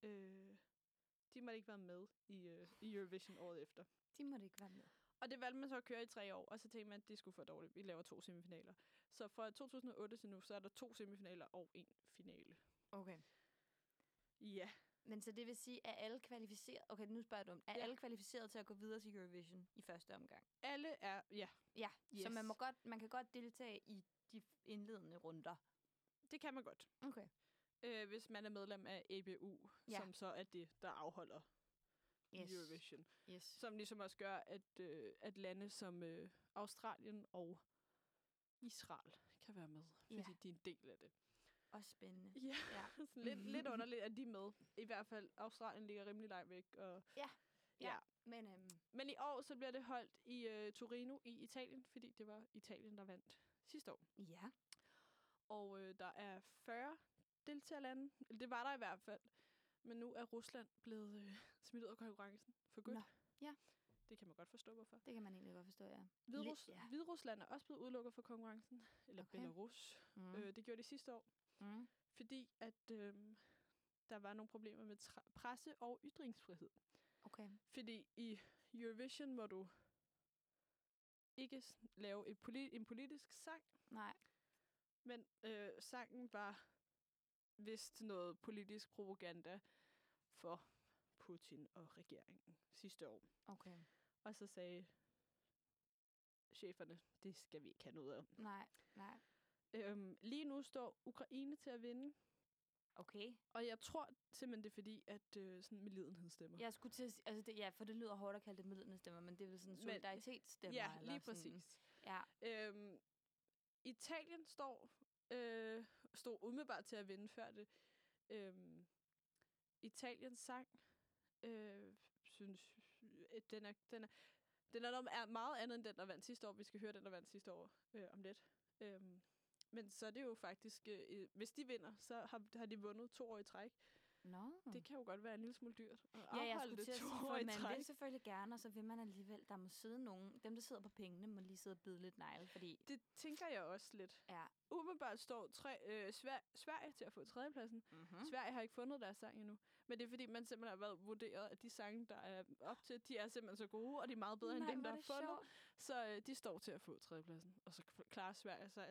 De måtte ikke være med i Eurovision året efter. De måtte ikke være med. Og det valgte man så at køre i 3 år, og så tænkte man, at det skulle for dårligt. Vi laver 2 semifinaler. Så fra 2008 til nu, så er der 2 semifinaler og 1 finale. Okay. Ja. Men så det vil sige, at alle kvalificeret... Okay, nu spørger jeg dumt. Er alle kvalificeret til at gå videre til Eurovision i første omgang? Alle er, ja. Ja, yes. Så man kan godt deltage i de indledende runder? Det kan man godt. Okay. Hvis man er medlem af EBU, som så er det, der afholder Eurovision. Yes. Som ligesom også gør, at lande som Australien og Israel kan være med, fordi de er en del af det. Også spændende. Ja. lidt underligt, at de er med. I hvert fald, Australien ligger rimelig langt væk. Og ja. Men i år, så bliver det holdt i Torino i Italien, fordi det var Italien, der vandt sidste år. Ja. Og der er 40 deltagerlande. Det var der i hvert fald. Men nu er Rusland blevet smidt ud af konkurrencen for godt. Nå, ja. Det kan man godt forstå, hvorfor. Det kan man egentlig godt forstå, ja. Hviderusland er også blevet udelukket fra konkurrencen. Eller Belarus. Det gjorde de sidste år. Fordi at der var nogle problemer med presse- og ytringsfrihed. Okay. Fordi i Eurovision må du ikke lave en politisk sang. Nej. Men sangen var vist noget politisk propaganda for Putin og regeringen sidste år. Okay. Og så sagde cheferne, det skal vi ikke have noget af. Nej. Lige nu står Ukraine til at vinde. Okay. Og jeg tror simpelthen, det er fordi, at sådan medlidenhedsstemmer. Jeg skulle til at for det lyder hårdt at kalde det medlidenhedsstemmer, men det er vel sådan solidaritetsstemmer. Ja, eller lige sådan. præcis. Ja. Italien stod umiddelbart til at vinde før det. Italiens sang, synes, den er noget meget andet end den, der vandt sidste år. Vi skal høre den, der vandt sidste år om lidt. Men så er det jo faktisk, hvis de vinder, så har de vundet 2 år i træk. Nå. Det kan jo godt være en lille smule dyrt. Ja, jeg skulle til at sige, for man vil selvfølgelig gerne, og så vil man alligevel, der må sidde nogen, dem der sidder på pengene, må lige sidde og bide lidt negle, fordi... Det tænker jeg også lidt. Ja. Umiddelbart står Sverige til at få tredjepladsen. Mm-hmm. Sverige har ikke fundet deres sang endnu. Men det er fordi, man simpelthen har været vurderet, at de sange, der er op til, de er simpelthen så gode, og de er meget bedre end dem, der er fundet. Sjovt. Så de står til at få tredjepladsen. Og så klarer Sverige sig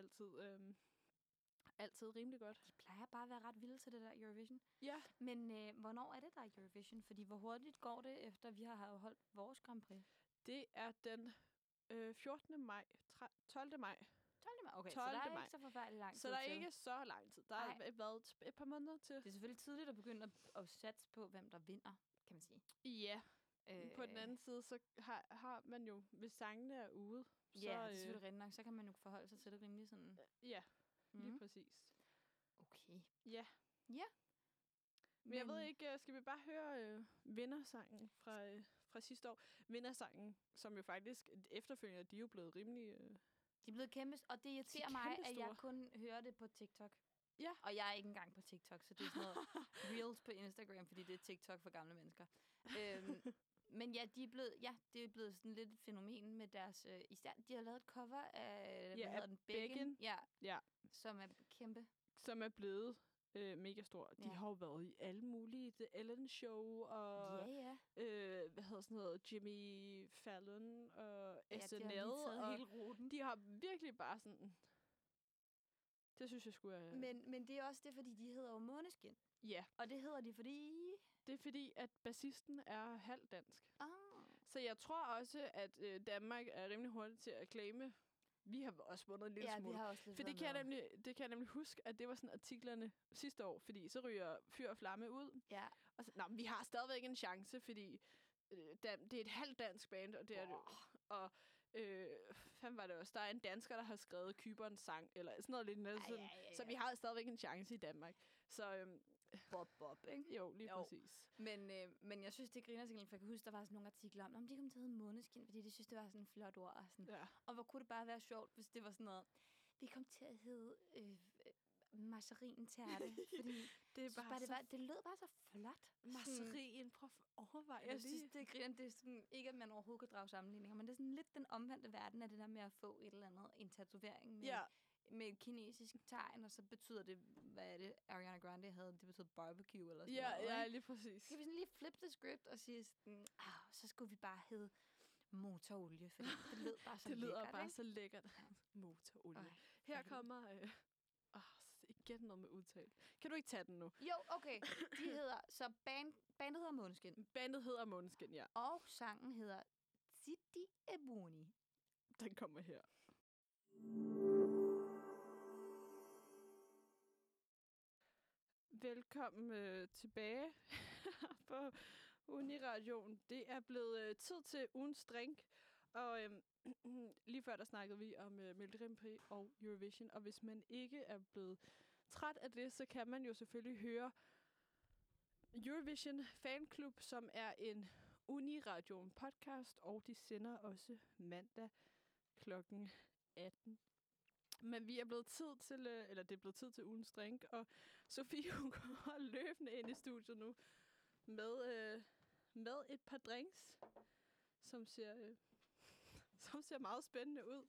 altid rimelig godt. De plejer bare at være ret vilde til det der Eurovision. Ja. Men hvornår er det, der er Eurovision? Fordi hvor hurtigt går det, efter vi har holdt vores Grand Prix? Det er den 14. maj, 12. maj. 12. maj? Okay, 12. så der er maj. ikke så forfærdeligt lang tid Så der er til. ikke så lang tid. Der har været et par måneder til. Det er selvfølgelig tidligt at begynde at satse på, hvem der vinder, kan man sige. Ja. På den anden side, så har man jo, hvis sangene er ude, så... Ja, det er selvfølgelig rigtigt nok. Så kan man jo forholde sig til det rimelig sådan... Ja, lige præcis. Okay. Ja. Ja. Men jeg ved ikke, skal vi bare høre vindersangen fra sidste år? Vindersangen, som jo faktisk efterfølgende, de er jo blevet rimelig... De er blevet kæmpe, og det irriterer mig, at jeg kun hører det på TikTok. Ja. Og jeg er ikke engang på TikTok, så det er sådan noget reels på Instagram, fordi det er TikTok for gamle mennesker. Men ja, det er blevet sådan lidt et fænomen med deres... især, de har lavet et cover af, hvad hedder den? Begin. Ja. Som er kæmpe. Som er blevet mega stor. De har jo været i alle mulige The Ellen Show, og hvad hedder sådan noget, Jimmy Fallon og SNL. De har lige taget hele ruten. De har virkelig bare sådan... Det synes jeg skulle er... Men det er også det, fordi de hedder jo Måneskin. Ja. Og det hedder de, fordi... Det er fordi, at bassisten er halvdansk. Ah. Så jeg tror også, at Danmark er rimelig hurtigt til at claime. Vi har også vundet en lille smule. Vi har også lidt. For det kan jeg nemlig huske, at det var sådan artiklerne sidste år, fordi så ryger Fyr og Flamme ud. Ja. Og så, vi har stadigvæk en chance, fordi det er et halvt dansk band, og det er det jo. Og fanden var det også. Der er en dansker, der har skrevet Kyperens sang, eller sådan noget lignende. Ja. Så vi har stadigvæk en chance i Danmark. Så Bob, ikke? Jo, lige præcis. Men jeg synes, det griner sig, for jeg kan huske, der var sådan nogle artikler om de kom til at hedde Måneskin, fordi de synes, det var sådan et flot ord. Og, sådan. Ja. Og hvor kunne det bare være sjovt, hvis det var sådan noget, vi kom til at hedde marcerintærte, fordi det lød bare så flot. Marcerin, prøv at overveje jeg synes, det griner, det er sådan, ikke at man overhovedet kan drage sammenligninger, men det er sådan lidt den omvendte verden af det der med at få et eller andet, en tatovering med et kinesisk tegn, og så betyder det, hvad er det, Ariana Grande havde, det betyder barbecue eller sådan noget. Ja, lige præcis. Skal vi sådan lige flip the script og sige sådan, så skulle vi bare hedde motorolie, fordi det lød bare så lækkert. Det lyder bare så lækkert. Motorolie. Her kommer... igen noget med udtale. Kan du ikke tage den nu? Jo, okay. De hedder, så bandet hedder Måneskin. Bandet hedder Måneskin, ja. Og sangen hedder Siti Ebony. Den kommer her. Velkommen tilbage på Uniradioen. Det er blevet tid til ugens drink, og lige før der snakkede vi om Melodi Grand Prix og Eurovision, og hvis man ikke er blevet træt af det, så kan man jo selvfølgelig høre Eurovision Fanklub, som er en Uniradioen podcast, og de sender også mandag kl. 18. Men vi er blevet tid til, det er blevet tid til ugens drink, og Sofie, hun går løbende ind i studiet nu med et par drinks, som ser meget spændende ud.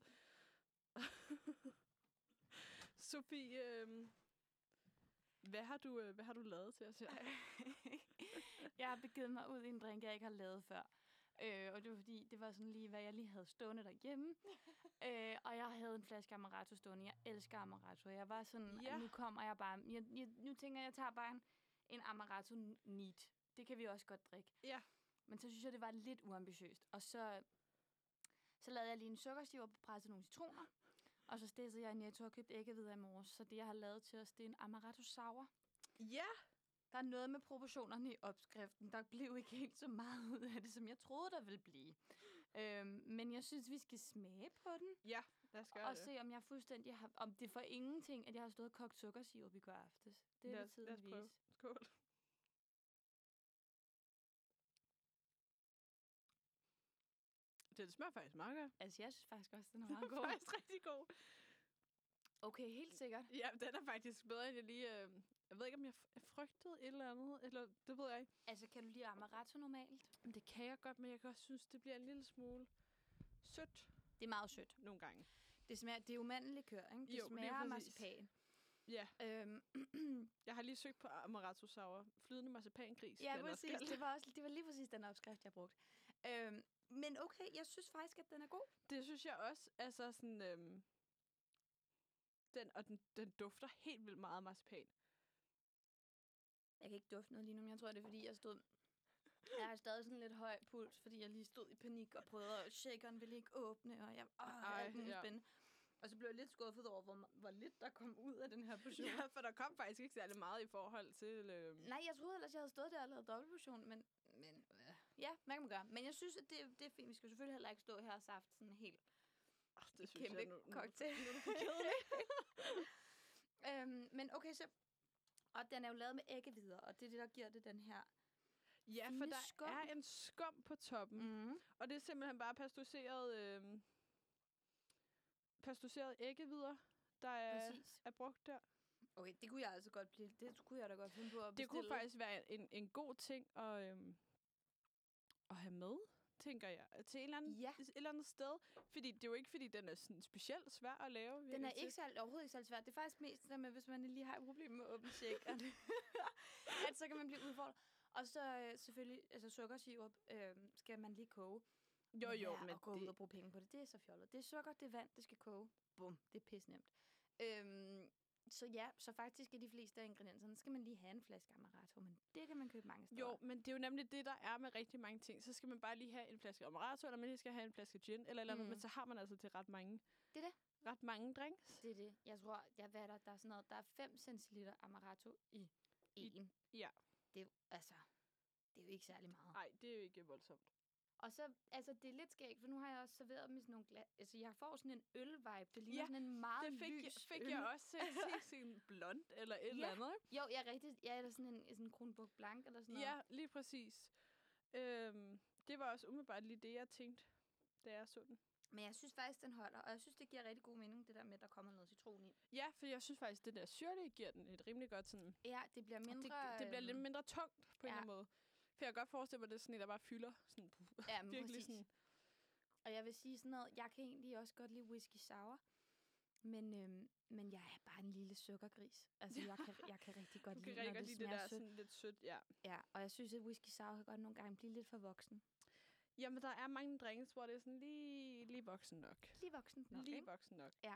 Sofie, hvad har du lavet til os her? Jeg har begivet mig ud i en drink, jeg ikke har lavet før. Og det var fordi, det var sådan lige, hvad jeg lige havde stående derhjemme. Og jeg havde en flaske Amaretto stående. Jeg elsker Amaretto. Jeg var sådan, nu kommer jeg bare... Nu tænker jeg tager bare en Amaretto neat. Det kan vi også godt drikke. Ja. Men så synes jeg, det var lidt uambitiøst. Og så lavede jeg lige en sukkersiver på presset nogle citroner. Og så stæssede jeg i Netto og købte æggehvider i morges. Så det, jeg har lavet til os, det er en Amaretto Sour. Ja! Der er noget med proportionerne i opskriften. Der blev ikke helt så meget ud af det, som jeg troede, der ville blive. Men jeg synes, vi skal smage på den. Ja, lad os gøre og se, om jeg fuldstændig har... Om det er for ingenting, at jeg har stået og kogt sukkersirup i går aftes. Det er det tiden at vise. Skål. Det smager faktisk meget godt. Altså, jeg synes faktisk også, den er meget god. Det er faktisk rigtig god. Okay, helt sikkert. Ja, den er faktisk bedre, end jeg lige... jeg ved ikke, om jeg frygtede et eller andet, eller det ved jeg ikke. Altså, kan du lide amaretto normalt? Men det kan jeg godt, men jeg kan også synes, det bliver en lille smule sødt Det er meget sødt. nogle gange. Det er jo mandellikør, ikke? Det Jo, lige smager af præcis. marcipan. Ja, Jeg har lige søgt på amaretto sour. Flydende marcipangris. Ja, den præcis. Det var lige præcis den opskrift, jeg brugte. Men okay, jeg synes faktisk, at den er god. Det synes jeg også. Altså sådan... den dufter helt vildt meget af marcipan. Jeg kan ikke dufte noget lige nu, men jeg tror, det er, fordi jeg stod... Jeg har stadig sådan lidt høj puls, fordi jeg lige stod i panik og prøvede, at shakeren ville ikke åbne, og jeg alt muligt spændende. Og så blev jeg lidt skuffet over, hvor lidt der kom ud af den her portion. Ja, for der kom faktisk ikke særlig meget i forhold til... Nej, jeg troede ellers, jeg havde stået der og lavet dobbeltportion, men ja, hvad kan man gøre? Men jeg synes, at det er fint. Vi skal selvfølgelig heller ikke stå her og safte sådan en helt det synes kæmpe jeg, nu cocktail. Men okay, så... Og den er jo lavet med æggehvider, og det er det, der giver det den her Ja, fine for der skum. er en skum på toppen. Mm. Og det er simpelthen bare pasteuriseret æggehvider, der er brugt der. Okay, det kunne jeg altså godt blive. Det kunne jeg da godt finde på at bestille. Det kunne faktisk være en god ting at have med, tænker jeg, til et eller andet sted. Fordi det er jo ikke, fordi den er sådan specielt svær at lave. Den er ikke overhovedet ikke så svær. Det er faktisk mest det med, hvis man lige har et problem med åben shake, at så kan man blive udfordret. Og så selvfølgelig, altså sukkersirup skal man lige koge. Jo, men og gå ud og bruge penge på det. Det er så fjollet. Det er sukker, det er vand, det skal koge. Bum, det er pisnemt. Så ja, så faktisk er de fleste af ingredienserne, skal man lige have en flaske amaretto, men det kan man købe mange steder. Jo, men det er jo nemlig det, der er med rigtig mange ting. Så skal man bare lige have en flaske amaretto, eller man lige skal have en flaske gin, eller andet, men så har man altså til ret mange. Det er det. Ret mange drinks. Det er det. Jeg tror, der er sådan noget, der er 5 centiliter amaretto i en. Ja. Det er jo ikke særlig meget. Nej, det er jo ikke voldsomt. Og så, altså, det er lidt skægt, for nu har jeg også serveret dem i sådan nogle glas. Altså, jeg får sådan en øl-vibe. Det ligner sådan en meget lys fik jeg også set sådan blond eller et eller andet. Jo, jeg er rigtig. Jeg er sådan en Kronborg Blanc eller sådan noget. Ja, lige præcis. Det var også umiddelbart lige det, jeg tænkte, da jeg så den. Men jeg synes faktisk, den holder, og jeg synes, det giver rigtig god mening, det der med, at der kommer noget citron i. Ja, for jeg synes faktisk, det der syrlige giver den et rimelig godt sådan... Ja, det bliver mindre... Det bliver lidt mindre tungt på en eller anden måde. For jeg kan godt forestille mig, at det er sådan en, der bare fylder sådan virkelig sådan... Og jeg vil sige sådan noget, jeg kan egentlig også godt lide whisky sour, men jeg er bare en lille sukkergris. Altså, jeg kan rigtig godt lide, når det smager sødt. Sådan lidt sødt, ja. Ja, og jeg synes, at whisky sour kan godt nogle gange blive lidt for voksen. Jamen, der er mange drinks, hvor det er sådan lige voksen nok. Lige voksen nok, Lige voksen nok. Ja.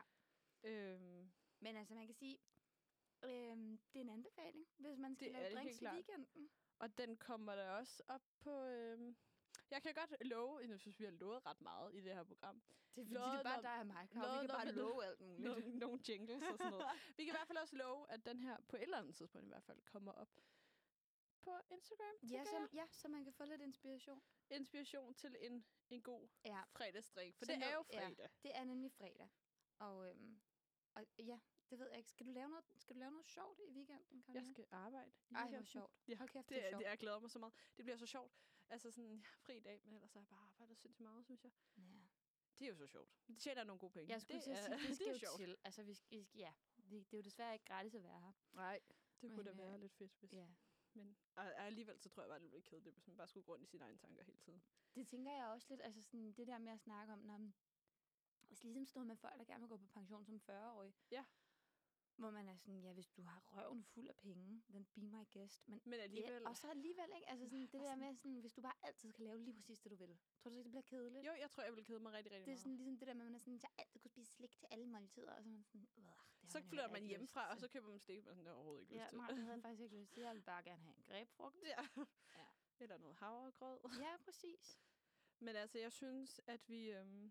Men altså, man kan sige, det er en anbefaling, hvis man skal lave drinks i weekenden. Og den kommer der også op på... Jeg kan godt love, jeg synes, vi har lovet ret meget i det her program. Det er fordi, det er bare dig og mig, Karo. Vi kan bare love alt muligt. Nogle jingles og sådan noget. Vi kan i hvert fald også love, at den her på et eller andet tidspunkt i hvert fald kommer op på Instagram. Så man kan få lidt inspiration. Inspiration til en god fredagsdrik. For så det er jo fredag. Ja, det er nemlig fredag. Og ja, det ved jeg ikke. Skal du lave noget sjovt i weekenden, Karoline? Jeg skal arbejde i weekenden. Ej, hvor sjovt. Ja, hold kæft, det er sjovt. Jeg glæder mig så meget. Det bliver så sjovt. Altså sådan fri dag, men ellers har jeg bare arbejdet sindssygt meget, synes jeg. Ja. Det er jo så sjovt. Det tjener nogle gode penge. Jeg skulle til at sige, det skal jo til. Altså, det er jo desværre ikke gratis at være her. Nej, det kunne da være lidt fedt, hvis... Ja. Men alligevel så tror jeg bare, det bliver kedeligt, hvis man bare skulle gå rundt i sine egne tanker hele tiden. Det tænker jeg også lidt, altså sådan det der med at snakke om, når hvis ligesom stod med folk, der gerne vil gå på pension som 40-årig. Ja. Hvor man er sådan, ja, hvis du har røven fuld af penge, then be my guest. Men alligevel... Ja, og så alligevel, ikke? Altså sådan, det der med, sådan, hvis du bare altid kan lave lige præcis det, du vil. Tror du ikke, det bliver kedeligt? Jo, jeg tror, jeg vil kede mig rigtig, rigtig meget. Det er sådan ligesom det der med, at man er sådan, jeg altid kunne spise slik til alle måltider. Og så man sådan, så flytter man hjemmefra, og så køber man stik, men det har overhovedet ikke lyst til. Nej, det havde jeg faktisk ikke lyst til. Jeg vil bare gerne have en grebfrugt. Ja. Eller noget havregrød. Ja, præcis. Men altså, jeg synes, at vi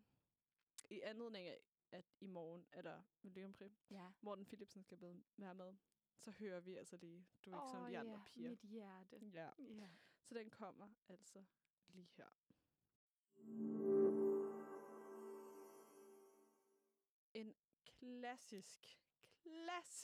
i anledning af, at i morgen er der Melodi Grand Prix. Ja. Morten Philipsen skal være med. Så hører vi altså lige, du er ikke som de andre piger. Mit hjerte. Ja. Så den kommer altså lige her. En klassisk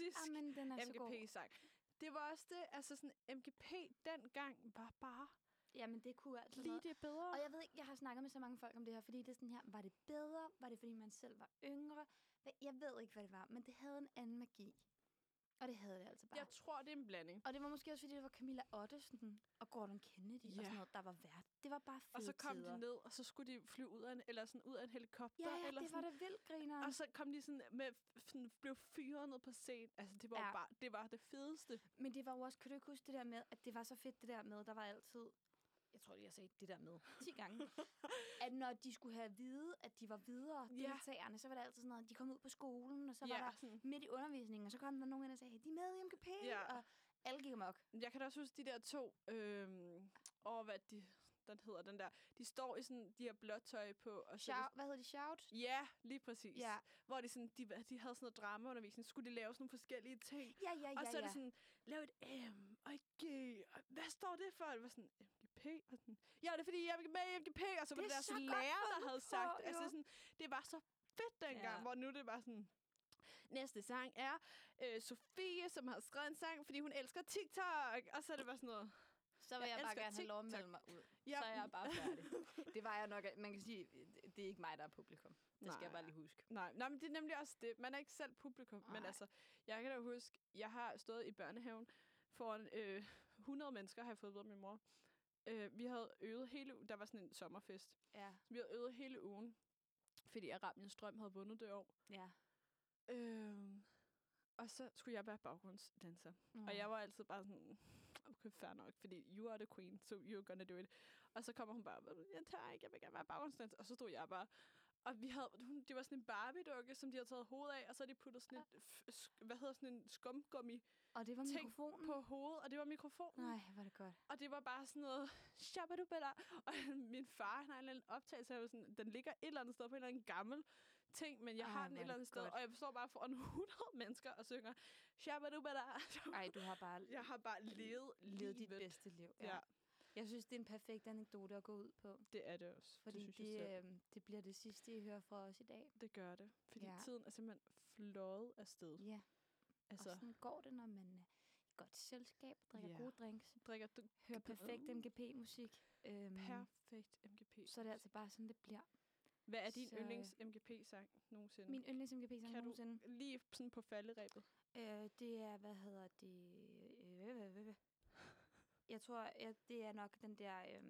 Amen, den er MGP-sang. Det var også det, altså sådan, MGP dengang var bare Jamen, det kunne altså Lige noget. det er bedre. Og jeg ved ikke, jeg har snakket med så mange folk om det her, fordi det er sådan her, var det bedre? Var det, fordi man selv var yngre? Jeg ved ikke, hvad det var, men det havde en anden magi. Og det havde det altså bare. Jeg tror, det er en blanding. Og det var måske også, fordi det var Camilla Ottesen og Gordon Kennedy og sådan noget, der var vært. Det var bare fede Og så kom tider. de ned, og så skulle de flyve ud af en helikopter. Ja, eller det sådan. var da vildt, grineren. Og så kom de sådan med, blev fyret ned på scenen. Altså, det var jo bare, det var det fedeste. Men det var jo også, kan du ikke huske det der med, at det var så fedt det der med, der var altid, jeg tror, jeg sagde det der med 10 gange, at når de skulle have at vide, at de var videre deltagerne, så var det altid sådan noget, at de kom ud på skolen, og så var der sådan midt i undervisningen, og så kom der nogen ind og sagde, de er med i MGP, og alle gik amok. Jeg kan da også huske de der to, hvad den hedder, den der, de står i sådan, de har blåt tøj på. Og Hvad hedder de? Shout? Ja, lige præcis. Ja. Hvor de havde sådan noget dramaundervisning, skulle de lave sådan nogle forskellige ting. Ja. Og så er det sådan, lav et M og et G. Og hvad står det for? Det var sådan, MGP. Og sådan, ja, det er fordi, jeg er med i MGP. Og så var det der sådan lærer, der havde sagt. Altså sådan, det var så fedt dengang, hvor nu det var sådan, næste sang er Sofie, som har skrevet en sang, fordi hun elsker TikTok. Og så er det bare sådan noget. Så vil jeg bare gerne have lov at melde mig ud. Ja. Så er jeg bare færdig. Det var jeg nok. Man kan sige, det er ikke mig, der er publikum. Det skal jeg bare lige huske. Nej, men det er nemlig også det. Man er ikke selv publikum. Men altså, jeg kan da huske, jeg har stået i børnehaven foran 100 mennesker, har jeg fået at vide af min mor. Vi havde øvet hele ugen. Der var sådan en sommerfest. Ja. Vi havde øvet hele ugen, fordi Arabiens Drøm havde vundet det år. Ja. Og så skulle jeg være baggrundsdanser. Og jeg var altid bare sådan, okay, fair nok, fordi you are the queen, so you're gonna do it. Og så kommer hun bare, jeg tager ikke, jeg vil gerne være baggrundsdanser. Og så stod jeg bare, og det var sådan en Barbie-dukke, som de havde taget hovedet af, og så havde de puttet sådan sådan en skumgummi og det var mikrofonen på hovedet, og det var mikrofonen. Nej, var det godt. Og det var bare sådan noget, shabadubala. Og min far, han har en eller anden optagelse, sådan, den ligger et eller andet sted på en eller anden gammel ting, men jeg har den et eller andet sted, og jeg står bare foran 100 mennesker og synger shabadubala. Ej, jeg har bare levet dit bedste liv. Ja. Jeg synes, det er en perfekt anekdote at gå ud på. Det er det også. Fordi det bliver det sidste, I hører fra os i dag. Det gør det. Fordi tiden er simpelthen fløjet afsted. Ja. Altså. Og sådan går det, når man er i godt selskab, drikker gode drinks. Hører perfekt MGP-musik. Perfekt MGP. Så er det altså bare sådan, det bliver. Hvad er din yndlings-MGP-sang nogensinde? Min yndlings-MGP-sang nogensinde? Kan du lige sådan på falderæbet? Det er, jeg tror, det er nok den der... jeg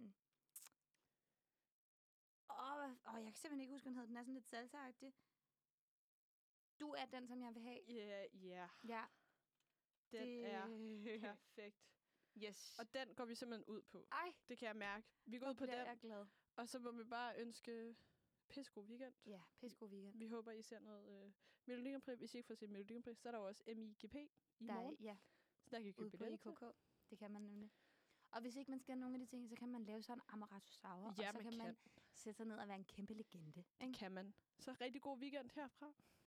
kan simpelthen ikke huske, hvad den hedder. Den er sådan lidt salsa-agtig. Du er den, som jeg vil have. Ja. Den er perfekt. Yes. Og den går vi simpelthen ud på. Ej. Det kan jeg mærke. Vi går ud på den. Jeg er glad. Og så må vi bare ønske pissegod weekend. Ja, pissegod weekend. Vi håber, I ser noget Melodi Grand Prix. Hvis I ikke får set Melodi Grand Prix, så er der jo også MIGP i morgen. Ja. Så der kan I købe billetter. På IKK. Det kan man nemlig. Og hvis ikke man skal have nogle af de ting, så kan man lave sådan en Amaratosaur, og så kan man sætte sig ned og være en kæmpe legende. Det kan man. Så rigtig god weekend herfra.